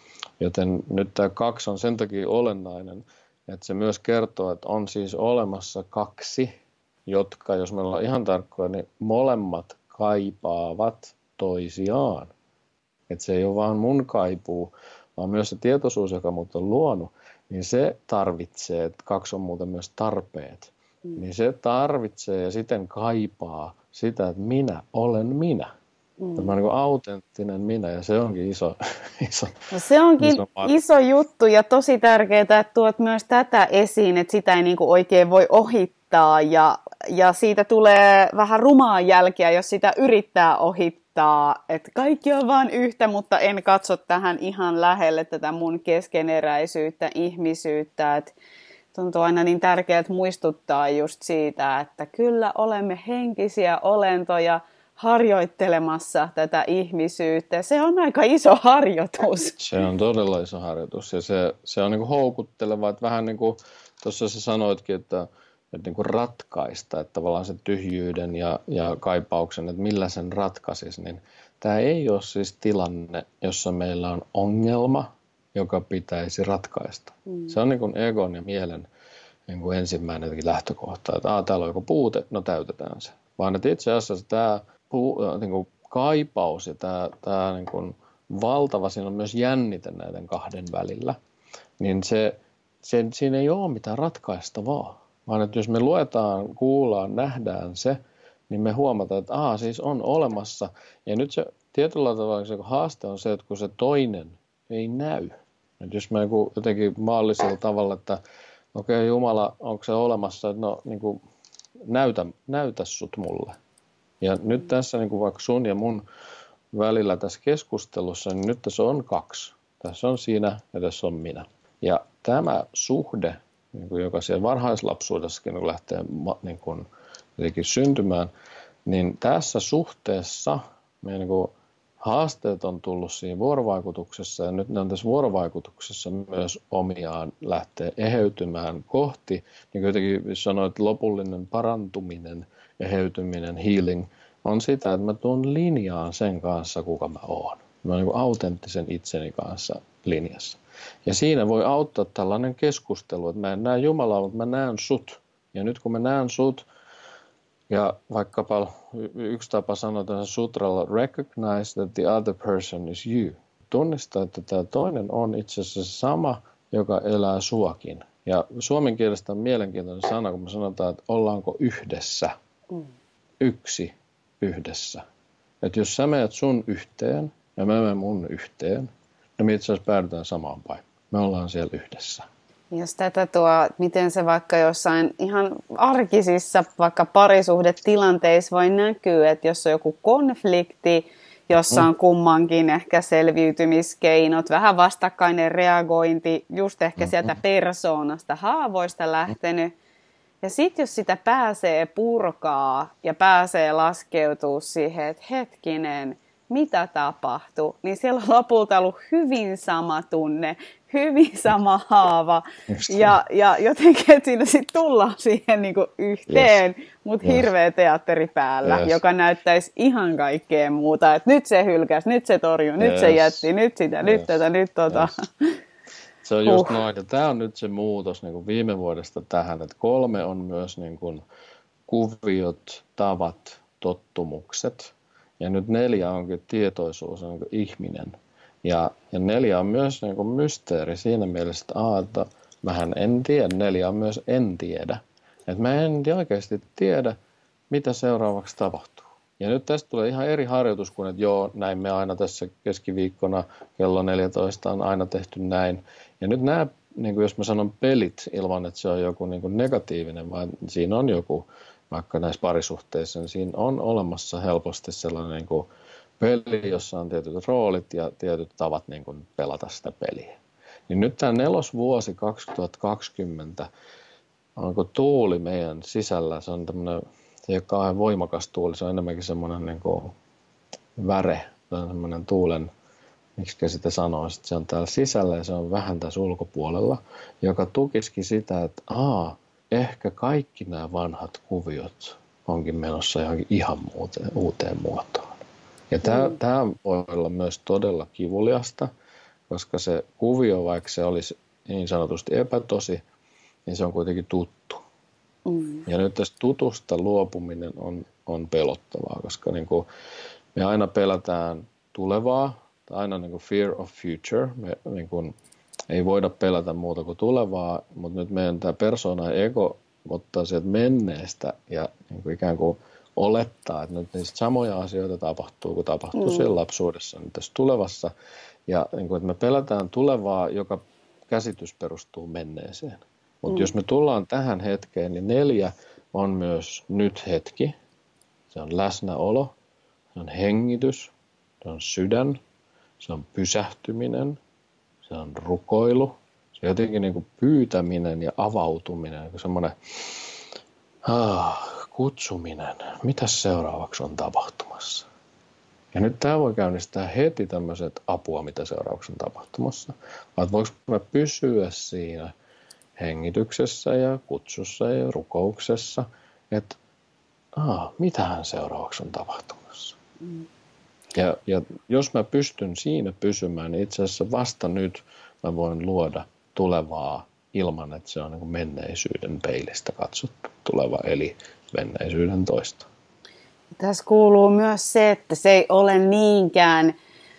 Joten nyt tämä kaksi on sen takia olennainen, että se myös kertoo, että on siis olemassa kaksi, jotka, jos me ollaan ihan tarkkoja, niin molemmat kaipaavat toisiaan. Että se ei ole vaan mun kaipuu, vaan myös se tietoisuus, joka mut on luonut, niin se tarvitsee, että kaksi on muuten myös tarpeet, mm. niin se tarvitsee ja siten kaipaa sitä, että minä olen minä. Mm. Tämä on niin kuin autenttinen minä ja se onkin iso, iso no se onkin iso, iso juttu ja tosi tärkeää, että tuot myös tätä esiin, että sitä ei niin kuin oikein voi ohittaa ja, ja siitä tulee vähän rumaa jälkeä, jos sitä yrittää ohittaa. Että kaikki on vaan yhtä, mutta en katso tähän ihan lähelle tätä mun keskeneräisyyttä, ihmisyyttä. Et tuntuu aina niin tärkeää muistuttaa just siitä, että kyllä olemme henkisiä olentoja harjoittelemassa tätä ihmisyyttä. Se on aika iso harjoitus. Se on todella iso harjoitus ja se, se on niinku houkutteleva, että vähän niin kuin tuossa sä sanoitkin, että että niin kuin ratkaista, että tavallaan sen tyhjyyden ja, ja kaipauksen, että millä sen ratkaisisi, niin tämä ei ole siis tilanne, jossa meillä on ongelma, joka pitäisi ratkaista. Mm. Se on niin kuin egon ja mielen niin kuin ensimmäinen lähtökohta, että Aa, täällä on joku puute, no täytetään se. Vaan että itse asiassa tämä puu, niin kuin kaipaus ja tämä, tämä niin kuin valtava, siinä on myös jännite näiden kahden välillä, niin se, se, siinä ei ole mitään ratkaistavaa. Vaan että jos me luetaan, kuullaan, nähdään se, niin me huomataan, että aa, siis on olemassa. Ja nyt se tietyllä tavalla se haaste on se, että kun se toinen ei näy. Että jos mä jotenkin maallisella tavalla, että okei okay, Jumala, onko se olemassa, että no niin kuin, näytä, näytä sut mulle. Ja nyt tässä niin kuin vaikka sun ja mun välillä tässä keskustelussa, niin nyt tässä on kaksi. Tässä on sinä ja tässä on minä. Ja tämä suhde, niin kuin joka siellä varhaislapsuudessakin niin lähtee niin kuin, syntymään, niin tässä suhteessa meidän niin kuin, haasteet on tullut siinä vuorovaikutuksessa, ja nyt ne on tässä vuorovaikutuksessa myös omiaan lähteä eheytymään kohti, niin kuin jotenkin sanoit, lopullinen parantuminen, eheytyminen, healing, on sitä, että mä tuun linjaan sen kanssa, kuka mä oon. Mä oon niin kuin autenttisen itseni kanssa linjassa. Ja siinä voi auttaa tällainen keskustelu, että mä en näe Jumalaa, mutta mä näen sut. Ja nyt kun mä näen sut, ja vaikkapa yksi tapa sanoa tässä sutralla, recognize that the other person is you. Tunnista, että tämä toinen on itse asiassa sama, joka elää suakin. Ja suomen kielestä on mielenkiintoinen sana, kun me sanotaan, että ollaanko yhdessä. Mm. Yksi yhdessä. Että jos sä menet sun yhteen ja mä menen mun yhteen, no me itse asiassa päädytään samaan paikkaan. Me ollaan siellä yhdessä. Jos tätä tuo, miten se vaikka jossain ihan arkisissa, vaikka parisuhdetilanteissa voi näkyä, että jos on joku konflikti, jossa on kummankin ehkä selviytymiskeinot, vähän vastakkainen reagointi, just ehkä sieltä persoonasta, haavoista lähtenyt. Ja sitten jos sitä pääsee purkaa ja pääsee laskeutua siihen, että hetkinen, mitä tapahtuu, niin siellä on lopulta ollut hyvin sama tunne, hyvin sama haava. Ja, ja jotenkin, että siinä sitten tullaan siihen niin kuin yhteen, yes. mutta yes. hirveä teatteri päällä, yes. joka näyttäisi ihan kaikkea muuta. Että nyt se hylkäsi, nyt se torjui, nyt yes. se jätti, nyt sitä, yes. nyt tätä, nyt tota. Yes. Se on just uh. noin. Ja tämä on nyt se muutos niin kuin viime vuodesta tähän, että kolme on myös niin kuin kuviot, tavat, tottumukset. Ja nyt neljä onkin tietoisuus, on niin kuin ihminen. Ja, ja neljä on myös niin kuin mysteeri siinä mielessä, että, aa, että mähän en tiedä. Neljä on myös en tiedä. Että mä en oikeasti tiedä, mitä seuraavaksi tapahtuu. Ja nyt tästä tulee ihan eri harjoitus kuin, että joo, näin me aina tässä keskiviikkona kello neljätoista on aina tehty näin. Ja nyt nämä, niin kuin jos mä sanon pelit ilman, että se on joku niin kuin negatiivinen, vaan siinä on joku, vaikka näissä parisuhteissa, niin siinä on olemassa helposti sellainen niin kuin peli, jossa on tietyt roolit ja tietyt tavat niin kuin pelata sitä peliä. Niin nyt tämä nelosvuosi kaksituhattakaksikymmentä on kuin tuuli meidän sisällä. Se on tämmöinen, se ei ole kauhean voimakas tuuli, se on enemmänkin semmoinen niin kuin väre. Se on semmoinen tuulen, miksi sitä sanoisi, että se on täällä sisällä ja se on vähän tässä ulkopuolella, joka tukisikin sitä, että aa, ehkä kaikki nämä vanhat kuviot onkin menossa johonkin ihan muuteen, uuteen muotoon. Ja tämä, mm. tämä voi olla myös todella kivuliasta, koska se kuvio, vaikka se olisi niin sanotusti epätosi, niin se on kuitenkin tuttu. Mm. Ja nyt tästä tutusta luopuminen on, on pelottavaa, koska niin kuin me aina pelätään tulevaa, aina niin kuin fear of future. Me niin kuin ei voida pelätä muuta kuin tulevaa, mutta nyt meidän tämä persona ja ego ottaa sieltä menneestä ja niin kuin ikään kuin olettaa, että nyt niistä samoja asioita tapahtuu, kun tapahtuu mm. siellä lapsuudessa, niin tässä tulevassa. Ja niin kuin, että me pelätään tulevaa, joka käsitys perustuu menneeseen. Mutta mm. jos me tullaan tähän hetkeen, niin neljä on myös nyt hetki. Se on läsnäolo, se on hengitys, se on sydän, se on pysähtyminen, se on rukoilu, se on jotenkin niin kuin pyytäminen ja avautuminen, semmoinen ah, kutsuminen. Mitäs seuraavaksi on tapahtumassa? Ja nyt tämä voi käynnistää heti tämmöiset apua, mitä seuraavaksi on tapahtumassa. Vai voiko me pysyä siinä hengityksessä ja kutsussa ja rukouksessa, että ah, mitähän seuraavaksi on tapahtumassa. Mm. Ja, ja jos mä pystyn siinä pysymään, niin itse asiassa vasta nyt mä voin luoda tulevaa ilman, että se on niin kuin menneisyyden peilistä katsottu tuleva, eli menneisyyden toista. Tässä kuuluu myös se, että se ei ole niinkään,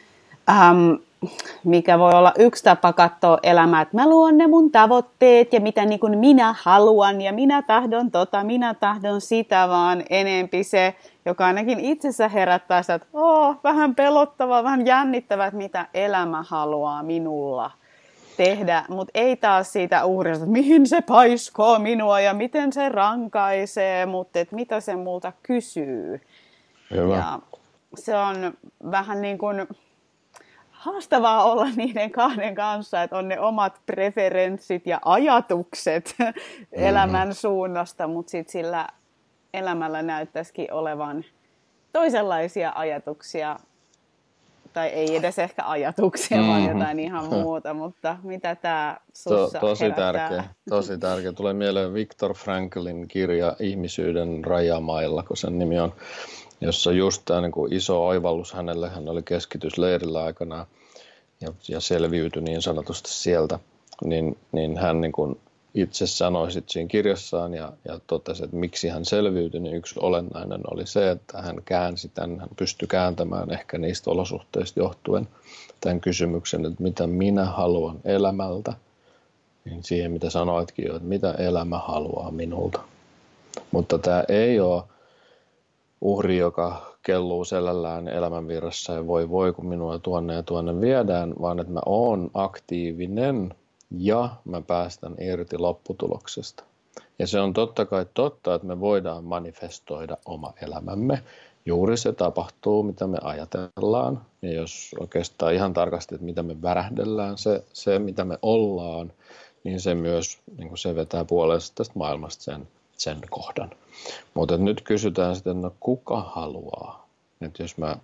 äm, mikä voi olla yksi tapa katsoa elämää, että mä luon ne mun tavoitteet ja mitä niin kuin minä haluan ja minä tahdon tota, minä tahdon sitä, vaan enempi se, joka ainakin itsessä herättää sitä, että oh, vähän pelottavaa, vähän jännittävää, että mitä elämä haluaa minulla tehdä, mutta ei taas siitä uhrista, että mihin se paiskoo minua ja miten se rankaisee, mutta että mitä se multa kysyy. Hyvä. Ja se on vähän niin kuin haastavaa olla niiden kahden kanssa, että on ne omat preferenssit ja ajatukset mm-hmm. elämän suunnasta, mutta sitten sillä elämällä näyttäisikin olevan toisenlaisia ajatuksia, tai ei edes ehkä ajatuksia, mm-hmm. vaan jotain ihan muuta, mutta mitä tämä sussa to, tosi herättää? Tärkeä, tosi tärkeä. Tulee mieleen Viktor Franklin kirja Ihmisyyden rajamailla, kun sen nimi on, jossa just tämä niin kuin iso oivallus hänelle, hän oli keskitysleirillä aikanaan ja, ja selviytyi niin sanotusti sieltä, niin, niin hän niin kuin itse sanoi sit siinä kirjassaan ja, ja totesi, että miksi hän selviytyi, niin yksi olennainen oli se, että hän käänsi tämän, hän pystyi kääntämään ehkä niistä olosuhteista johtuen tämän kysymyksen, että mitä minä haluan elämältä, niin siihen mitä sanoitkin jo, että mitä elämä haluaa minulta. Mutta tämä ei ole uhri, joka kelluu selällään elämänvirrassa ja voi voi, kun minua tuonne ja tuonne viedään, vaan että mä oon aktiivinen ja mä päästän irti lopputuloksesta. Ja se on totta kai totta, että me voidaan manifestoida oma elämämme. Juuri se tapahtuu, mitä me ajatellaan. Ja jos oikeastaan ihan tarkasti, että mitä me värähdellään, se, se mitä me ollaan, niin se myös niin kuin se vetää puolesta tästä maailmasta sen, sen kohdan. Mutta nyt kysytään sitten, no kuka haluaa? Että jos mä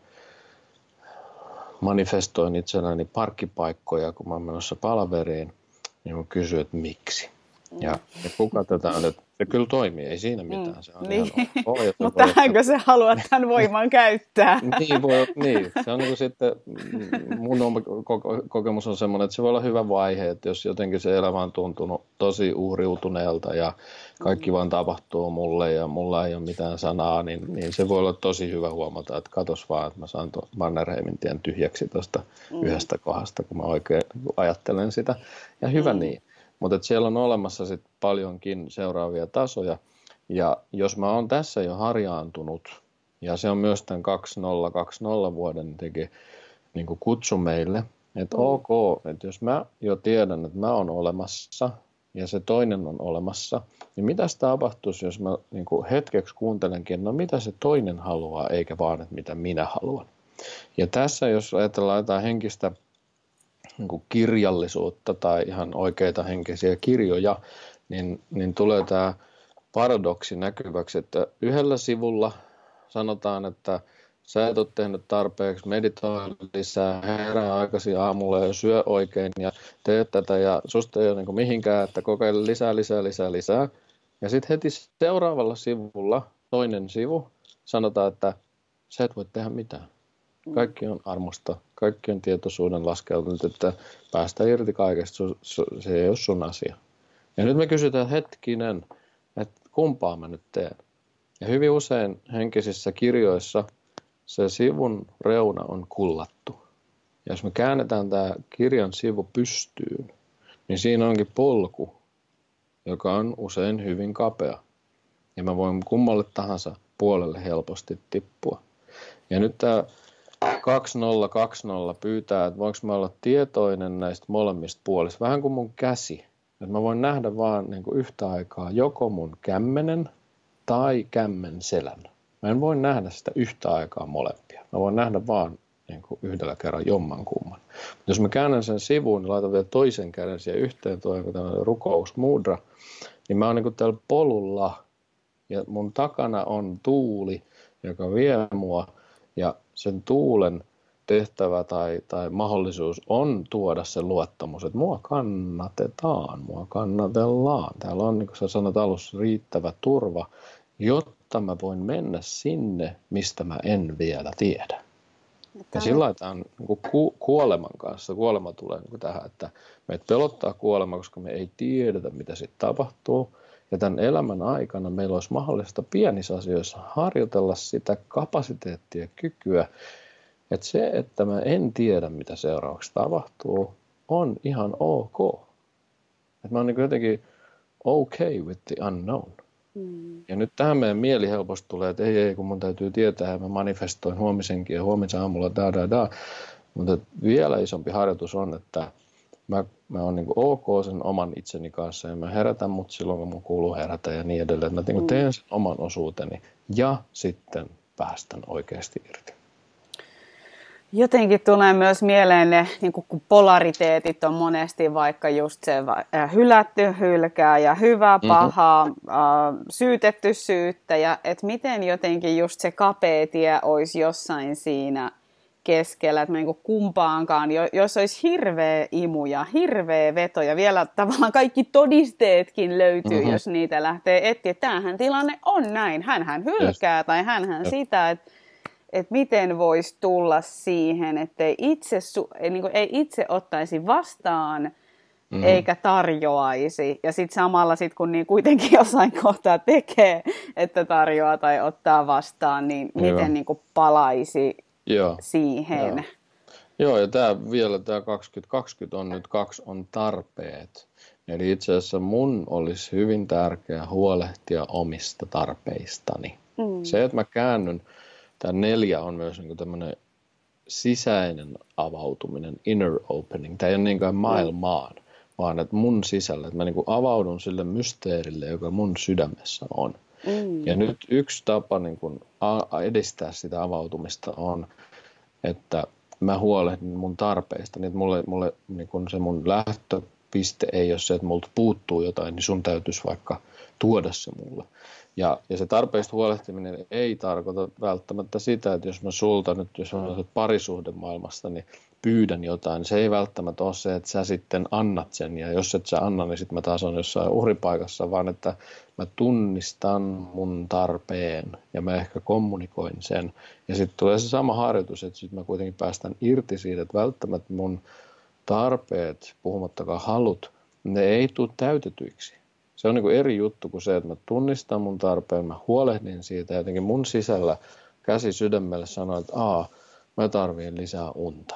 manifestoin itselläni parkkipaikkoja, kun mä oon menossa palaveriin, niin mä kysyn, että miksi. Ja, ja kuka tätä on, että se kyllä toimii, ei siinä mitään. Se on niin. ok, mutta tähänkö se haluat tämän voiman käyttää? niin, voi, niin, se on niin kuin sitten, mun oma kokemus on semmoinen, että se voi olla hyvä vaihe, että jos jotenkin se elämä on tuntunut tosi uhriutuneelta ja kaikki vaan tapahtuu mulle ja mulla ei ole mitään sanaa, niin, niin se voi olla tosi hyvä huomata, että katos vaan, että mä saan tuon Mannerheimin tien tyhjäksi tuosta mm. yhdestä kohdasta, kun mä oikein ajattelen sitä. Ja hyvä mm. niin. Mutta siellä on olemassa sit paljonkin seuraavia tasoja, ja jos mä oon tässä jo harjaantunut, ja se on myös tämän kaksituhatta kaksikymmentä vuoden teki niin kuin kutsu meille, että mm. ok, että jos mä jo tiedän, että mä oon olemassa, ja se toinen on olemassa, niin mitä tapahtuisi, jos mä niin kuin hetkeksi kuuntelenkin, no mitä se toinen haluaa, eikä vaan, että mitä minä haluan. Ja tässä, jos ajatellaan jotain henkistä niin kuin kirjallisuutta tai ihan oikeita henkisiä kirjoja, niin, niin tulee tämä paradoksi näkyväksi, että yhdellä sivulla sanotaan, että sä et ole tehnyt tarpeeksi, meditoi lisää, herää aikaisin aamulla ja syö oikein ja tee tätä ja susta ei ole niin kuin mihinkään, että kokeile lisää, lisää, lisää, lisää. Ja sitten heti seuraavalla sivulla, toinen sivu, sanotaan, että sä et voi tehdä mitään. Kaikki on armosta, kaikkien tietoisuuden laskeutunut, että päästä irti kaikesta, se ei ole sun asia. Ja nyt me kysytään hetkinen, että kumpaa mä nyt teen. Ja hyvin usein henkisissä kirjoissa se sivun reuna on kullattu. Ja jos me käännetään tämä kirjan sivu pystyyn, niin siinä onkin polku, joka on usein hyvin kapea. Ja mä voin kummalle tahansa puolelle helposti tippua. Ja nyt tämä kaksikymmentä kaksikymmentä pyytää, että voinko mä olla tietoinen näistä molemmista puolista. Vähän kuin mun käsi. Että mä voin nähdä vaan niin kuin yhtä aikaa joko mun kämmenen tai kämmen selän. Mä en voi nähdä sitä yhtä aikaa molempia. Mä voin nähdä vaan niin kuin yhdellä kerran jomman kumman. Mutta jos mä käännän sen sivuun ja laitan vielä toisen käden siihen yhteen, tuo on tämmöinen rukousmudra, niin mä oon niin kuin täällä polulla ja mun takana on tuuli, joka vie mua ja sen tuulen tehtävä tai, tai mahdollisuus on tuoda se luottamus, että mua kannatetaan, mua kannatellaan. Täällä on, niin kuin sä sanot alussa, riittävä turva, jotta mä voin mennä sinne, mistä mä en vielä tiedä. Ja sillä lailla tämä on niin ku, kuoleman kanssa. Kuolema tulee niin tähän, että meitä pelottaa kuolema, koska me ei tiedetä, mitä sitten tapahtuu. Ja tämän elämän aikana meillä olisi mahdollista pienissä asioissa harjoitella sitä kapasiteettia ja kykyä, että se, että mä en tiedä, mitä seuraavaksi tapahtuu, on ihan ok. Että mä oon niin jotenkin okay with the unknown. Mm. Ja nyt tähän meidän mieli helposti tulee, että ei, ei, kun mun täytyy tietää, ja mä manifestoin huomisenkin ja huomisen aamulla, da, da, da. Mutta vielä isompi harjoitus on, että mä, mä oon niin ok sen oman itseni kanssa, ja mä herätän mut silloin, kun mun kuuluu herätä ja niin edelleen. Mä niin teen sen oman osuuteni, ja sitten päästän oikeasti irti. Jotenkin tulee myös mieleen ne, niin kun polariteetit on monesti vaikka just se hylätty, hylkää ja hyvä, paha, mm-hmm. syytetty, syyttäjä. Että miten jotenkin just se kapea tie olisi jossain siinä keskellä, että niin kumpaankaan, jos olisi hirveä imu ja hirveä veto ja vielä tavallaan kaikki todisteetkin löytyy, mm-hmm. jos niitä lähtee etsiä. Tämähän tilanne on näin, hänhän hylkää yes. tai hänhän yes. sitä, että että miten voisi tulla siihen, että ei itse, niin kuin, ei itse ottaisi vastaan mm-hmm. eikä tarjoaisi. Ja sitten samalla, sit, kun niin kuitenkin jossain kohtaa tekee, että tarjoaa tai ottaa vastaan, niin Joo. miten niin kuin palaisi Joo. siihen. Joo, Joo ja tämä vielä tämä kaksikymmentä kaksikymmentä on nyt kaksi on tarpeet. Eli itse asiassa mun olisi hyvin tärkeää huolehtia omista tarpeistani. Mm. Se, että mä käännyn. Tämä neljä on myös niin tämmöinen sisäinen avautuminen, inner opening. Tämä ei ole niinkään maailmaan, vaan että mun sisällä, että mä niin avaudun sille mysteerille, joka mun sydämessä on. Mm. Ja nyt yksi tapa niin kuin edistää sitä avautumista on, että mä huolehdin mun tarpeista. Niin että mulle, mulle niin kuin se mun lähtöpiste ei ole se, että multa puuttuu jotain, niin sun täytyisi vaikka tuoda se mulle. Ja, ja se tarpeista huolehtiminen ei tarkoita välttämättä sitä, että jos mä sulta nyt, jos mä olet parisuhdemaailmasta, niin pyydän jotain, niin se ei välttämättä ole se, että sä sitten annat sen. Ja jos et sä anna, niin sitten mä taas on jossain uhripaikassa, vaan että mä tunnistan mun tarpeen ja mä ehkä kommunikoin sen. Ja sitten tulee se sama harjoitus, että sitten mä kuitenkin päästän irti siitä, että välttämättä mun tarpeet, puhumattakaan halut, ne ei tule täytetyiksi. Se on niin kuin eri juttu kuin se, että mä tunnistan mun tarpeen, mä huolehdin siitä ja jotenkin mun sisällä käsi sydämelle sanoo, että aa, mä tarvitsen lisää unta.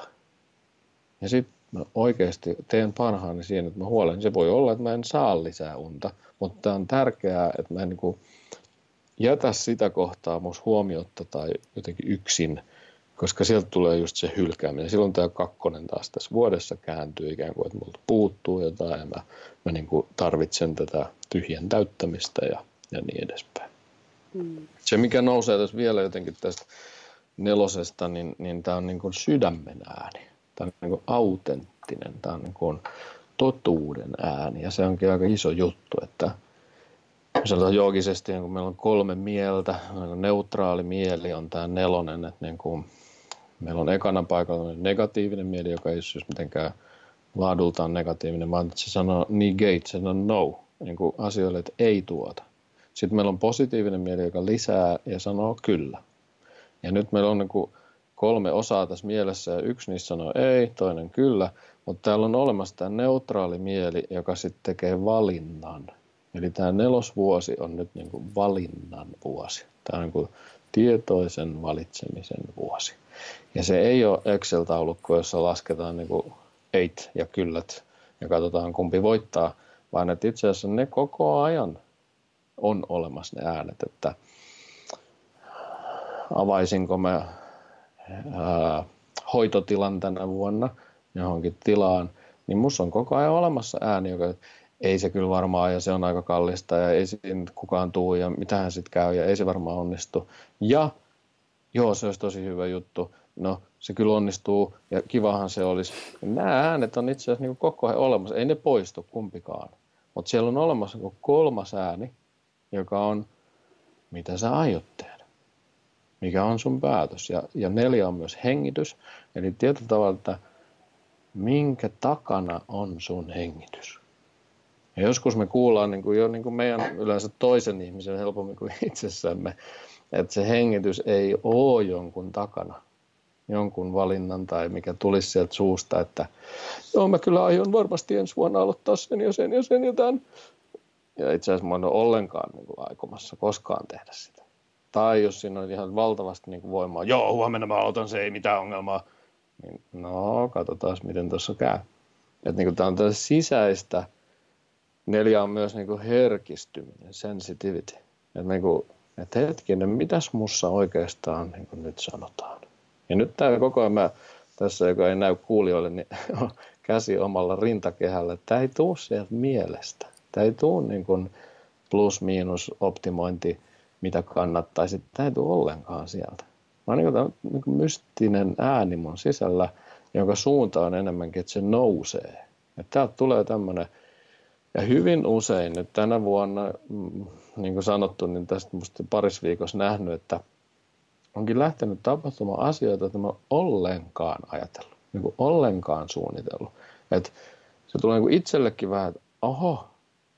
Ja sitten mä oikeasti teen parhaani siinä, että mä huolehdin. Se voi olla, että mä en saa lisää unta, mutta on tärkeää, että mä en niin kuin jätä sitä kohtaa musta huomiotta tai jotenkin yksin, koska sieltä tulee just se hylkääminen. Silloin tämä kakkonen taas tässä vuodessa kääntyy ikään kuin, että multa puuttuu jotain ja mä, mä niin kuin tarvitsen tätä tyhjän täyttämistä ja, ja niin edespäin. Hmm. Se, mikä nousee tässä vielä jotenkin tästä nelosesta, niin, niin tämä on niin kuin sydämen ääni. Tämä on niin kuin autenttinen, tämä on niin kuin totuuden ääni ja se onkin aika iso juttu, että sanotaan joogisesti, kun meillä on kolme mieltä, neutraali mieli on tämä nelonen, että niin kuin meillä on ekana paikalla negatiivinen mieli, joka ei ole mitenkään laadultaan negatiivinen, vaan että se sanoo negate, se sanoo no, niin kuin asioille, että ei tuota. Sitten meillä on positiivinen mieli, joka lisää ja sanoo kyllä. Ja nyt meillä on niin kuin kolme osaa tässä mielessä ja yksi niissä sanoo ei, toinen kyllä, mutta täällä on olemassa tämä neutraali mieli, joka sitten tekee valinnan. Eli tämä nelosvuosi on nyt niin kuin valinnan vuosi. Tämä on niin kuin tietoisen valitsemisen vuosi. Ja se ei ole Excel-taulukko, jossa lasketaan niin kuin eit ja kyllät ja katsotaan kumpi voittaa, vaan että itse asiassa ne koko ajan on olemassa ne äänet, että avaisinko mä ää, hoitotilan tänä vuonna johonkin tilaan, niin musta on koko ajan olemassa ääni, joka ei se kyllä varmaan ja se on aika kallista ja ei siinä kukaan tuu ja mitähän sitten käy ja ei se varmaan onnistu. Ja joo, se olisi tosi hyvä juttu. No, se kyllä onnistuu ja kivahan se olisi. Ja nämä äänet on itse asiassa niin koko ajan olemassa. Ei ne poistu kumpikaan. Mutta siellä on olemassa kolmas ääni, joka on, mitä sä aiot tehdä. Mikä on sun päätös. Ja, ja neljä on myös hengitys. Eli tietyllä tavalla, että minkä takana on sun hengitys. Ja joskus me kuullaan niin kuin jo niin kuin meidän yleensä toisen ihmisen helpommin kuin itsessämme, että se hengitys ei ole jonkun takana, jonkun valinnan tai mikä tulisi sieltä suusta, että joo, mä kyllä aion varmasti ensi vuonna aloittaa sen ja sen ja sen ja tämän. Ja itse asiassa mä en ole ollenkaan niin kuin aikomassa koskaan tehdä sitä. Tai jos siinä on ihan valtavasti niin kuin voimaa, joo, huomenna mä aloitan, se ei mitään ongelmaa. Niin, no, katsotaan miten tuossa käy. Että niin kuin tämä on tällaista sisäistä. Neljä on myös niin kuin herkistyminen, sensitivity. Että, niin kuin, että hetkinen, mitäs mussa oikeastaan niin kuin nyt sanotaan. Ja nyt tämä koko ajan mä, tässä, joka ei näy kuulijoille, niin on käsi omalla rintakehällä. Tämä ei tule sieltä mielestä. Tämä ei tule niin kuin plus-miinus optimointi, mitä kannattaisi. Tämä ei tule ollenkaan sieltä. Vaan niin kuin, niin kuin mystinen ääni mun sisällä, jonka suunta on enemmänkin, että se nousee. Että täältä tulee tämmöinen. Ja hyvin usein nyt tänä vuonna, niin kuin sanottu, niin tästä musta parissa viikossa nähnyt, että onkin lähtenyt tapahtumaan asioita, että mä oon ollenkaan ajatellut, niin kuin ollenkaan suunnitellut. Että se tulee niin kuin itsellekin vähän, että oho,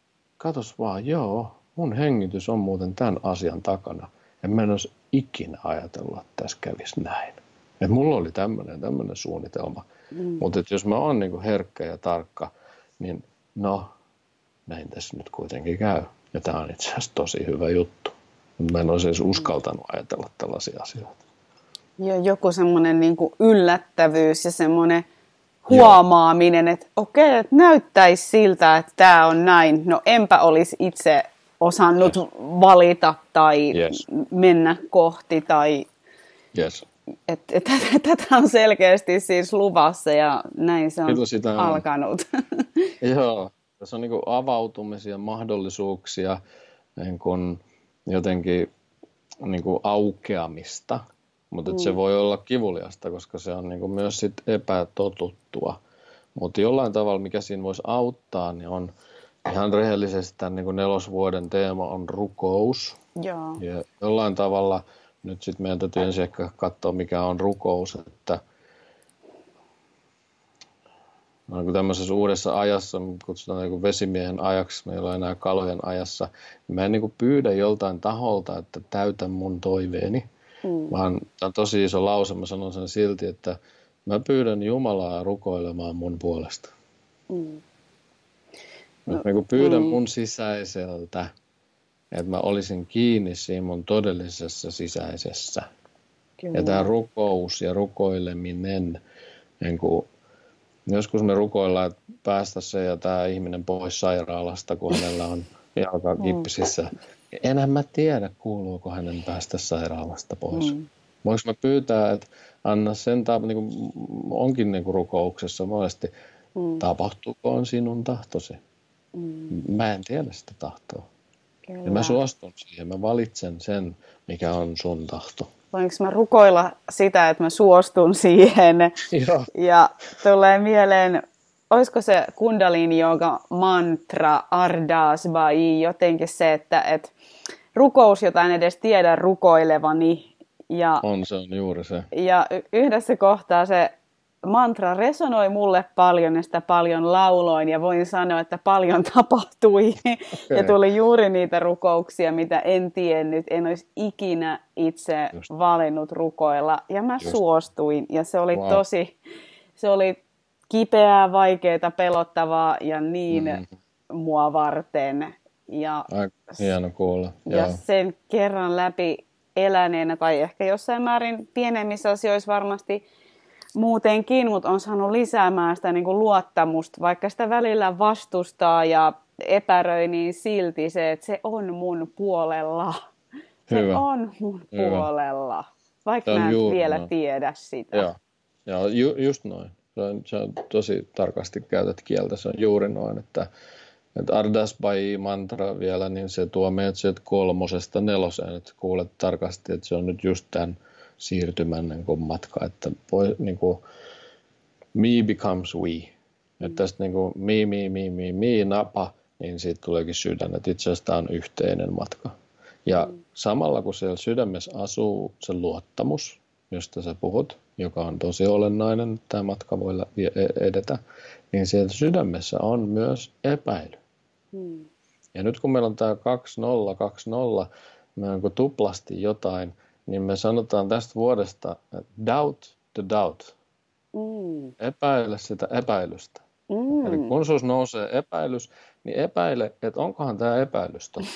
katos vaan, joo, mun hengitys on muuten tämän asian takana. En mä en olisi ikinä ajatellut, että tässä kävisi näin. Että mulla oli tämmöinen, tämmöinen suunnitelma. Mm. Mutta jos mä oon niin kuin herkkä ja tarkka, niin no, näin tässä nyt kuitenkin käy. Ja tämä on itse asiassa tosi hyvä juttu. Mä en olisi edes uskaltanut ajatella tällaisia asioita. Ja joku semmoinen niin kuin yllättävyys ja semmoinen huomaaminen, että okei, että näyttäisi siltä, että tämä on näin. No enpä olisi itse osannut yes. valita tai yes. mennä kohti. Tai... Yes. Et, et, tätä on selkeästi siis luvassa ja näin se on alkanut. Joo. Tässä on niin kuin avautumisia, mahdollisuuksia, niin kuin jotenkin niin kuin aukeamista, mutta mm. se voi olla kivuliasta, koska se on niin kuin myös sit epätotuttua. Mutta jollain tavalla, mikä siinä voisi auttaa, niin on ihan rehellisesti tämän niin kuin nelosvuoden teema on rukous. Joo. Ja jollain tavalla nyt sitten meidän täytyy ensin ehkä katsoa, mikä on rukous, että no, kun tämmöisessä uudessa ajassa, kutsutaan niin kuin vesimiehen ajaksi, meillä on enää kalojen ajassa, niin mä en niin kuin pyydä joltain taholta, että täytä mun toiveeni, mm. vaan tämä on tosi iso lause, mä sanon sen silti, että mä pyydän Jumalaa rukoilemaan mun puolesta. Mm. No, mä niin kuin pyydän mm. mun sisäiseltä, että mä olisin kiinni siinä mun todellisessa sisäisessä. Kyllä. Ja tämä rukous ja rukoileminen, niin kuin joskus me rukoillaan, että päästä se ja tämä ihminen pois sairaalasta, kun hänellä on jalka kipsissä. Enhän mä tiedä, kuuluuko hänen päästä sairaalasta pois. Mm. Voinko mä pyytää, että anna sen, tapa, niin kuin onkin niin kuin rukouksessa monesti, mm. tapahtuukoon sinun tahtosi. Mm. Mä en tiedä sitä tahtoa. Kyllä. Ja mä suostun siihen, mä valitsen sen, mikä on sun tahto. Voinko mä rukoilla sitä, että mä suostun siihen? Joo. Ja tulee mieleen, olisiko se kundalini jooga mantra, ardas vai jotenkin se, että et rukous, jota en edes tiedä rukoilevani. Ja, on, se on juuri se. Ja yhdessä kohtaa se mantra resonoi mulle paljon ja sitä paljon lauloin ja voin sanoa, että paljon tapahtui. Okay. Ja tuli juuri niitä rukouksia, mitä en tiennyt, en olisi ikinä itse Just. valinnut rukoilla. Ja mä Just. suostuin ja se oli wow. tosi, se oli kipeää, vaikeaa, pelottavaa ja niin mm. mua varten. Ja, Aika hieno kuulla. Ja Joo. sen kerran läpi eläneenä tai ehkä jossain määrin pienemmissä asioissa varmasti muutenkin, mutta on saanut lisäämään sitä niin kuin luottamusta, vaikka sitä välillä vastustaa ja epäröi, niin silti se, että se on mun puolella. Se Hyvä. on mun Hyvä. puolella, vaikka mä en vielä noin. tiedä sitä. Joo, Joo ju, just noin. Se on, se on tosi tarkasti käytät kieltä, se on juuri noin, että että Ardasbai mantra vielä, niin se tuo meidät sieltä kolmosesta neloseen, että kuulet tarkasti, että se on nyt just tämän siirtymän niin kuin matka, että voi, niin kuin, me becomes we. Mm. Että tästä niin kuin, me, me, me, me, me, napa, niin siitä tuleekin sydän, että itse asiassa tämä on yhteinen matka. Ja mm. samalla kun siellä sydämessä asuu se luottamus, josta sä puhut, joka on tosi olennainen, että tämä matka voi edetä, niin siellä sydämessä on myös epäily. Hmm. Ja nyt kun meillä on tämä kaksi nolla kaksi nolla, me on tuplasti jotain, niin me sanotaan tästä vuodesta, että doubt the doubt. Hmm. Epäile sitä epäilystä. Hmm. Eli kun sus nousee epäilys, niin epäile, että onkohan tämä epäilys totta.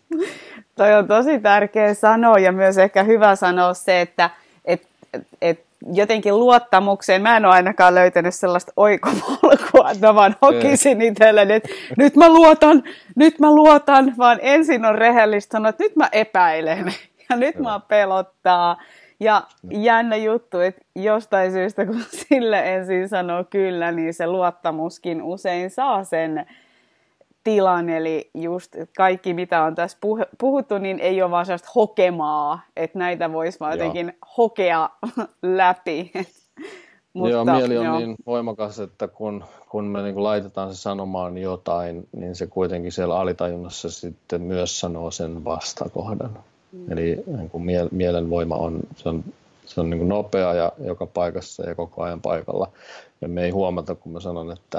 Toi on tosi tärkeä sanoa ja myös ehkä hyvä sanoa se, että et, et, et jotenkin luottamukseen. Mä en ole ainakaan löytänyt sellaista oikopolkua, että mä vaan hokisin itselleni, että nyt mä luotan, nyt mä luotan, vaan ensin on rehellistä sanoa, että nyt mä epäilen ja nyt mä pelottaa. Ja jännä juttu, että jostain syystä, kun sille ensin sanoo kyllä, niin se luottamuskin usein saa sen tilan, eli just kaikki, mitä on tässä puhuttu, niin ei ole vaan sellaista hokemaa, että näitä voisi vaan jotenkin hokea läpi. Mutta, joo, mieli on jo. niin voimakas, että kun, kun me niin laitetaan se sanomaan jotain, niin se kuitenkin siellä alitajunnassa sitten myös sanoo sen vastakohdan. Mm. Eli niin kuin mie- mielen voima on, se on, se on niin kuin nopea ja joka paikassa ja koko ajan paikalla. Ja me ei huomata, kun mä sanon, että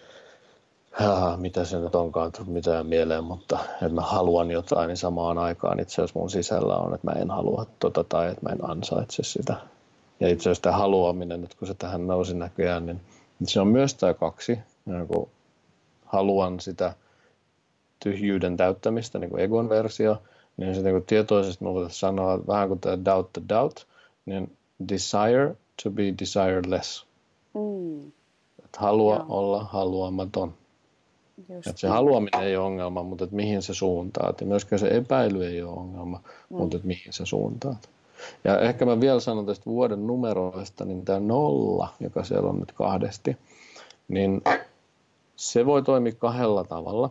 Jaa, mitä se nyt onkaan tullut mitään mieleen, mutta että mä haluan jotain, niin samaan aikaan itse asiassa mun sisällä on, että mä en halua tota tai että mä en ansaitse sitä. Ja itse asiassa tämä haluaminen, nyt kun se tähän nousi näköjään, niin se on myös tämä kaksi. Niin kun haluan sitä tyhjyyden täyttämistä, niin kuin egon versio, niin sitten niin tietoisesti mä voin sanoa, että vähän kuin tämä doubt the doubt, niin desire to be desireless. Mm. Että halua Joo. olla haluamaton. Että se haluaminen ei ole ongelma, mutta että mihin se suuntaat. Ja myöskään se epäily ei ole ongelma, mm. mutta että mihin se suuntaat. Ja ehkä mä vielä sanon tästä vuoden numeroista, niin tämä nolla, joka siellä on nyt kahdesti, niin se voi toimia kahdella tavalla.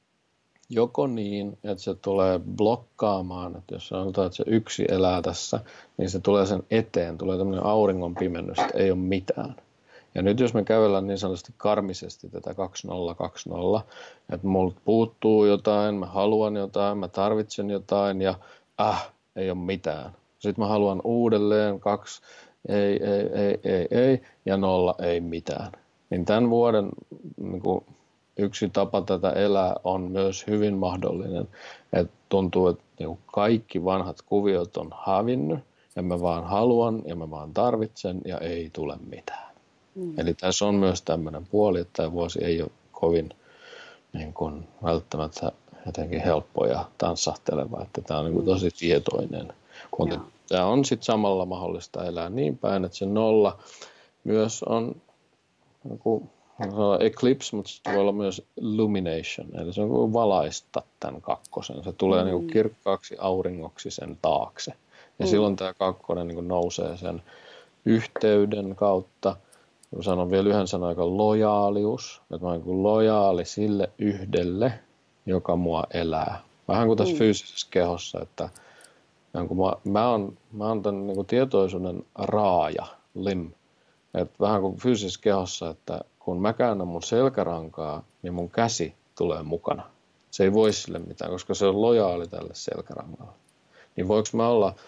Joko niin, että se tulee blokkaamaan, että jos sanotaan, että se yksi elää tässä, niin se tulee sen eteen, tulee tämmöinen auringon pimennys, että ei ole mitään. Ja nyt jos me kävellään niin sanotusti karmisesti tätä kaksi nolla kaksi nolla, että multa puuttuu jotain, mä haluan jotain, mä tarvitsen jotain ja ah, ei ole mitään. Sitten mä haluan uudelleen kaksi, ei, ei, ei, ei, ei ja nolla, ei mitään. Niin tämän vuoden niin kuin yksi tapa tätä elää on myös hyvin mahdollinen, että tuntuu, että niin kuin kaikki vanhat kuviot on hävinnyt ja mä vaan haluan ja mä vaan tarvitsen ja ei tule mitään. Mm. Eli tässä on myös tämmöinen puoli, että tämä vuosi ei ole kovin niin kuin, välttämättä jotenkin helppo ja tanssahteleva, että tämä on niin kuin, tosi tietoinen. Mutta tämä on sitten samalla mahdollista elää niin päin, että se nolla myös on niin kuin, eclipse, mutta se voi olla myös illumination, eli se on kuin valaista tämän kakkosen. Se tulee mm. niin kuin kirkkaaksi auringoksi sen taakse. Ja mm. silloin tämä kakkonen niin kuin nousee sen yhteyden kautta. Mä sanon vielä yhden sanan, joka on lojaalius. Että mä oon niin lojaali sille yhdelle, joka mua elää. Vähän kuin tässä mm. fyysisessä kehossa, että niin mä, mä oon, mä oon tämän niin kuin tietoisuuden raaja, limb. Että vähän kuin fyysisessä kehossa, että kun mä käännän mun selkärankaa, niin mun käsi tulee mukana. Se ei voi sille mitään, koska se on lojaali tälle selkärangalle. Niin voiko mä olla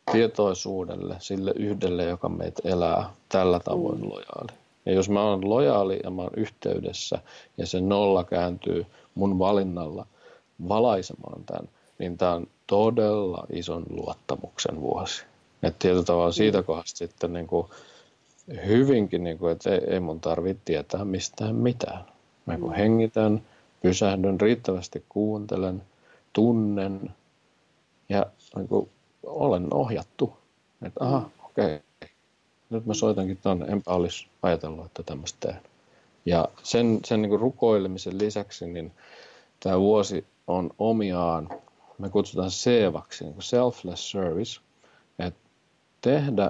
tietoisuudelle, sille yhdelle, joka meitä elää tällä tavoin Mm. lojaali. Ja jos mä oon lojaali ja mä oon yhteydessä ja se nolla kääntyy mun valinnalla valaisemaan tämän, niin tämä on todella ison luottamuksen vuosi. Että tietyllä tavalla siitä kohdasta sitten niin kuin hyvinkin, niin kuin, että ei, ei mun tarvitse tietää mistään mitään. Mä kun hengitän, pysähdyn, riittävästi kuuntelen, tunnen ja niin kuin, olen ohjattu. Että aha, okei, okay. Nyt mä soitankin tuonne, enpä olisi ajatellut, että tämmöistä teen. Ja sen, sen niin kuin rukoilemisen lisäksi, niin tämä vuosi on omiaan, me kutsutaan seevaksi, niin kuin selfless service, että tehdä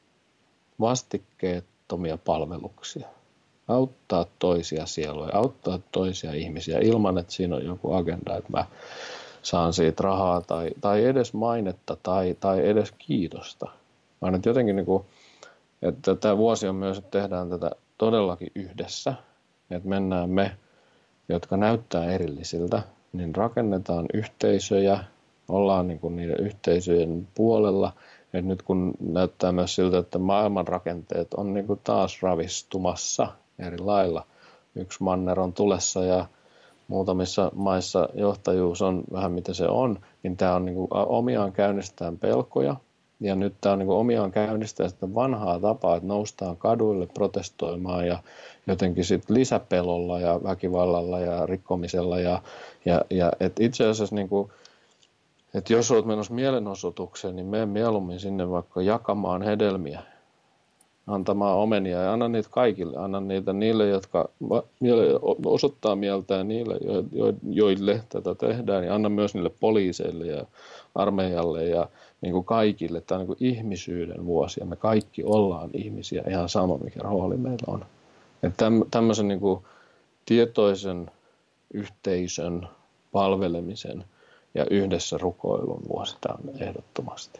vastikkeettomia palveluksia, auttaa toisia sieluja, auttaa toisia ihmisiä ilman, että siinä on joku agenda, että mä saan siitä rahaa tai, tai edes mainetta tai, tai edes kiitosta. Vaan että jotenkin, niin kuin, että tämä vuosi on myös, että tehdään tätä todellakin yhdessä, että mennään me, jotka näyttää erillisiltä, niin rakennetaan yhteisöjä, ollaan niin kuin niiden yhteisöjen puolella. Et nyt kun näyttää myös siltä, että maailman rakenteet on niin kuin taas ravistumassa eri lailla. Yksi manner on tulessa ja muutamissa maissa johtajuus on vähän mitä se on, niin tämä on niin kuin omiaan käynnistämään pelkoja. Ja nyt tämä on niin kuin omiaan käynnistämään sitä vanhaa tapaa, että noustaan kaduille protestoimaan ja jotenkin sit lisäpelolla ja väkivallalla ja rikkomisella. Ja, ja, ja et itse asiassa niin kuin, että jos olet menossa mielenosoitukseen, niin mene mieluummin sinne vaikka jakamaan hedelmiä, antamaan omenia ja anna niitä kaikille. Anna niitä niille, jotka osoittaa mieltään niille, joille tätä tehdään. Ja anna myös niille poliiseille ja armeijalle ja niin kuin kaikille. Tämä on niin kuin ihmisyyden vuosi ja me kaikki ollaan ihmisiä, ihan sama mikä rooli meillä on. Että tämmöisen niin kuin tietoisen yhteisön palvelemisen ja yhdessä rukoilun vuosi tämä on ehdottomasti.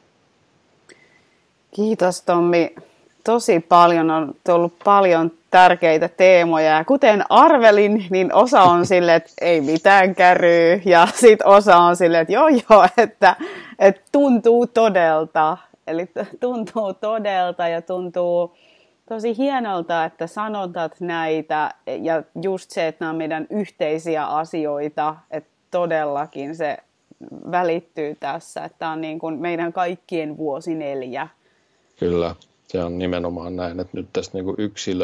Kiitos Tommi. Tosi paljon on tullut paljon tärkeitä teemoja. Ja kuten arvelin, niin osa on silleen, että ei mitään käryy. Ja sitten osa on silleen, että joo joo, että, että tuntuu todelta. Eli tuntuu todelta ja tuntuu tosi hienolta, että sanotat näitä. Ja just se, että nämä on meidän yhteisiä asioita, että todellakin se välittyy tässä. Että tämä on niin kuin meidän kaikkien vuosi neljä. Kyllä. Se on nimenomaan näin, että nyt tästä niin kuin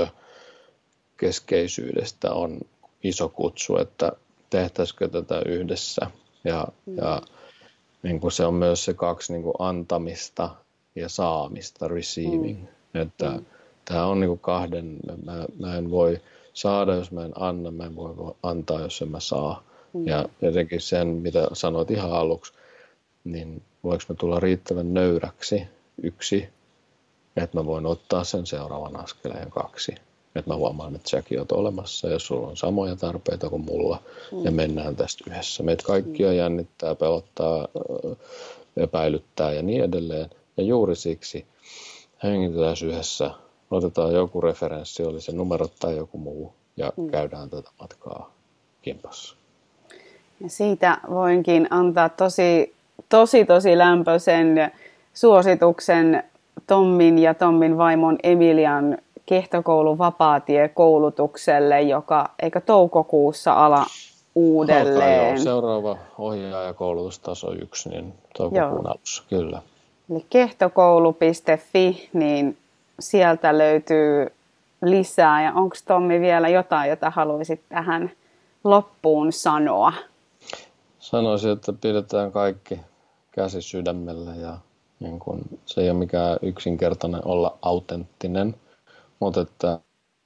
yksilökeskeisyydestä on iso kutsu, että tehtäisikö tätä yhdessä. Ja, mm. ja niin kuin se on myös se kaksi niin kuin antamista ja saamista, receiving. Mm. Että mm. tämä on niin kuin kahden, mä, mä en voi saada, jos mä en anna, mä en voi antaa, jos en mä saa. Mm. Ja jotenkin sen, mitä sanoit ihan aluksi, niin voiko mä tulla riittävän nöyräksi yksi, että mä voin ottaa sen seuraavan askeleen kaksi. Että mä huomaan, että säkin oot olemassa ja sulla on samoja tarpeita kuin mulla. Mm. Ja mennään tästä yhdessä. Meitä kaikkia jännittää, pelottaa, epäilyttää ja niin edelleen. Ja juuri siksi hengitetään yhdessä, otetaan joku referenssi, oli se numero tai joku muu, ja mm. käydään tätä matkaa kimpassa. Ja siitä voinkin antaa tosi, tosi, tosi lämpöisen suosituksen Tommin ja Tommin vaimon Emilian Kehtokoulun vapaatiekoulutukselle, joka eikö toukokuussa ala uudelleen. Alkaa, joo. Seuraava ohjaajakoulutustaso yksi, niin toukokuun alussa, kyllä. Eli kehtokoulu piste fi, niin sieltä löytyy lisää. Ja onko Tommi vielä jotain, jota haluaisit tähän loppuun sanoa? Sanoisin, että pidetään kaikki käsi sydämellä ja niin kun, se ei ole mikään yksinkertainen olla autenttinen, mutta että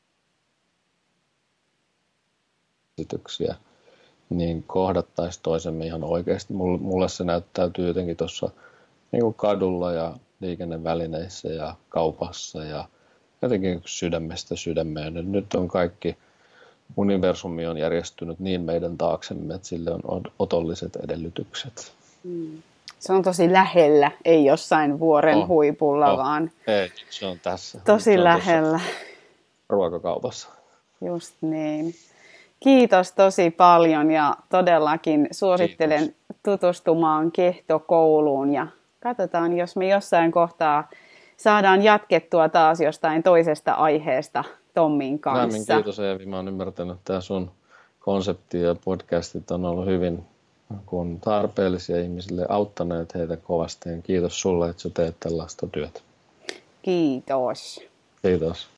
esityksiä, niin kohdattaisiin toisemme ihan oikeasti. Mulle se näyttäytyy jotenkin tuossa niin kadulla ja liikennevälineissä ja kaupassa ja jotenkin sydämestä sydämeen. Nyt on kaikki, universumi on järjestynyt niin meidän taaksemme, että sille on otolliset edellytykset. Mm. Se on tosi lähellä, ei jossain vuoren oh, huipulla, oh. vaan ei, se on tässä. Tosi se on lähellä. Ruokakaupassa. Just niin. Kiitos tosi paljon ja todellakin suosittelen Kiitos. tutustumaan Kehtokouluun ja katsotaan, jos me jossain kohtaa saadaan jatkettua taas jostain toisesta aiheesta Tommin kanssa. Lämmin kiitos Eevi, mä oon ymmärtänyt, että tämä sun konsepti ja podcastit on ollut hyvin kun tarpeellisia ihmisille, auttaneet heitä kovasti. Ja kiitos sulle, että sä teet tällaista työtä. Kiitos. Kiitos.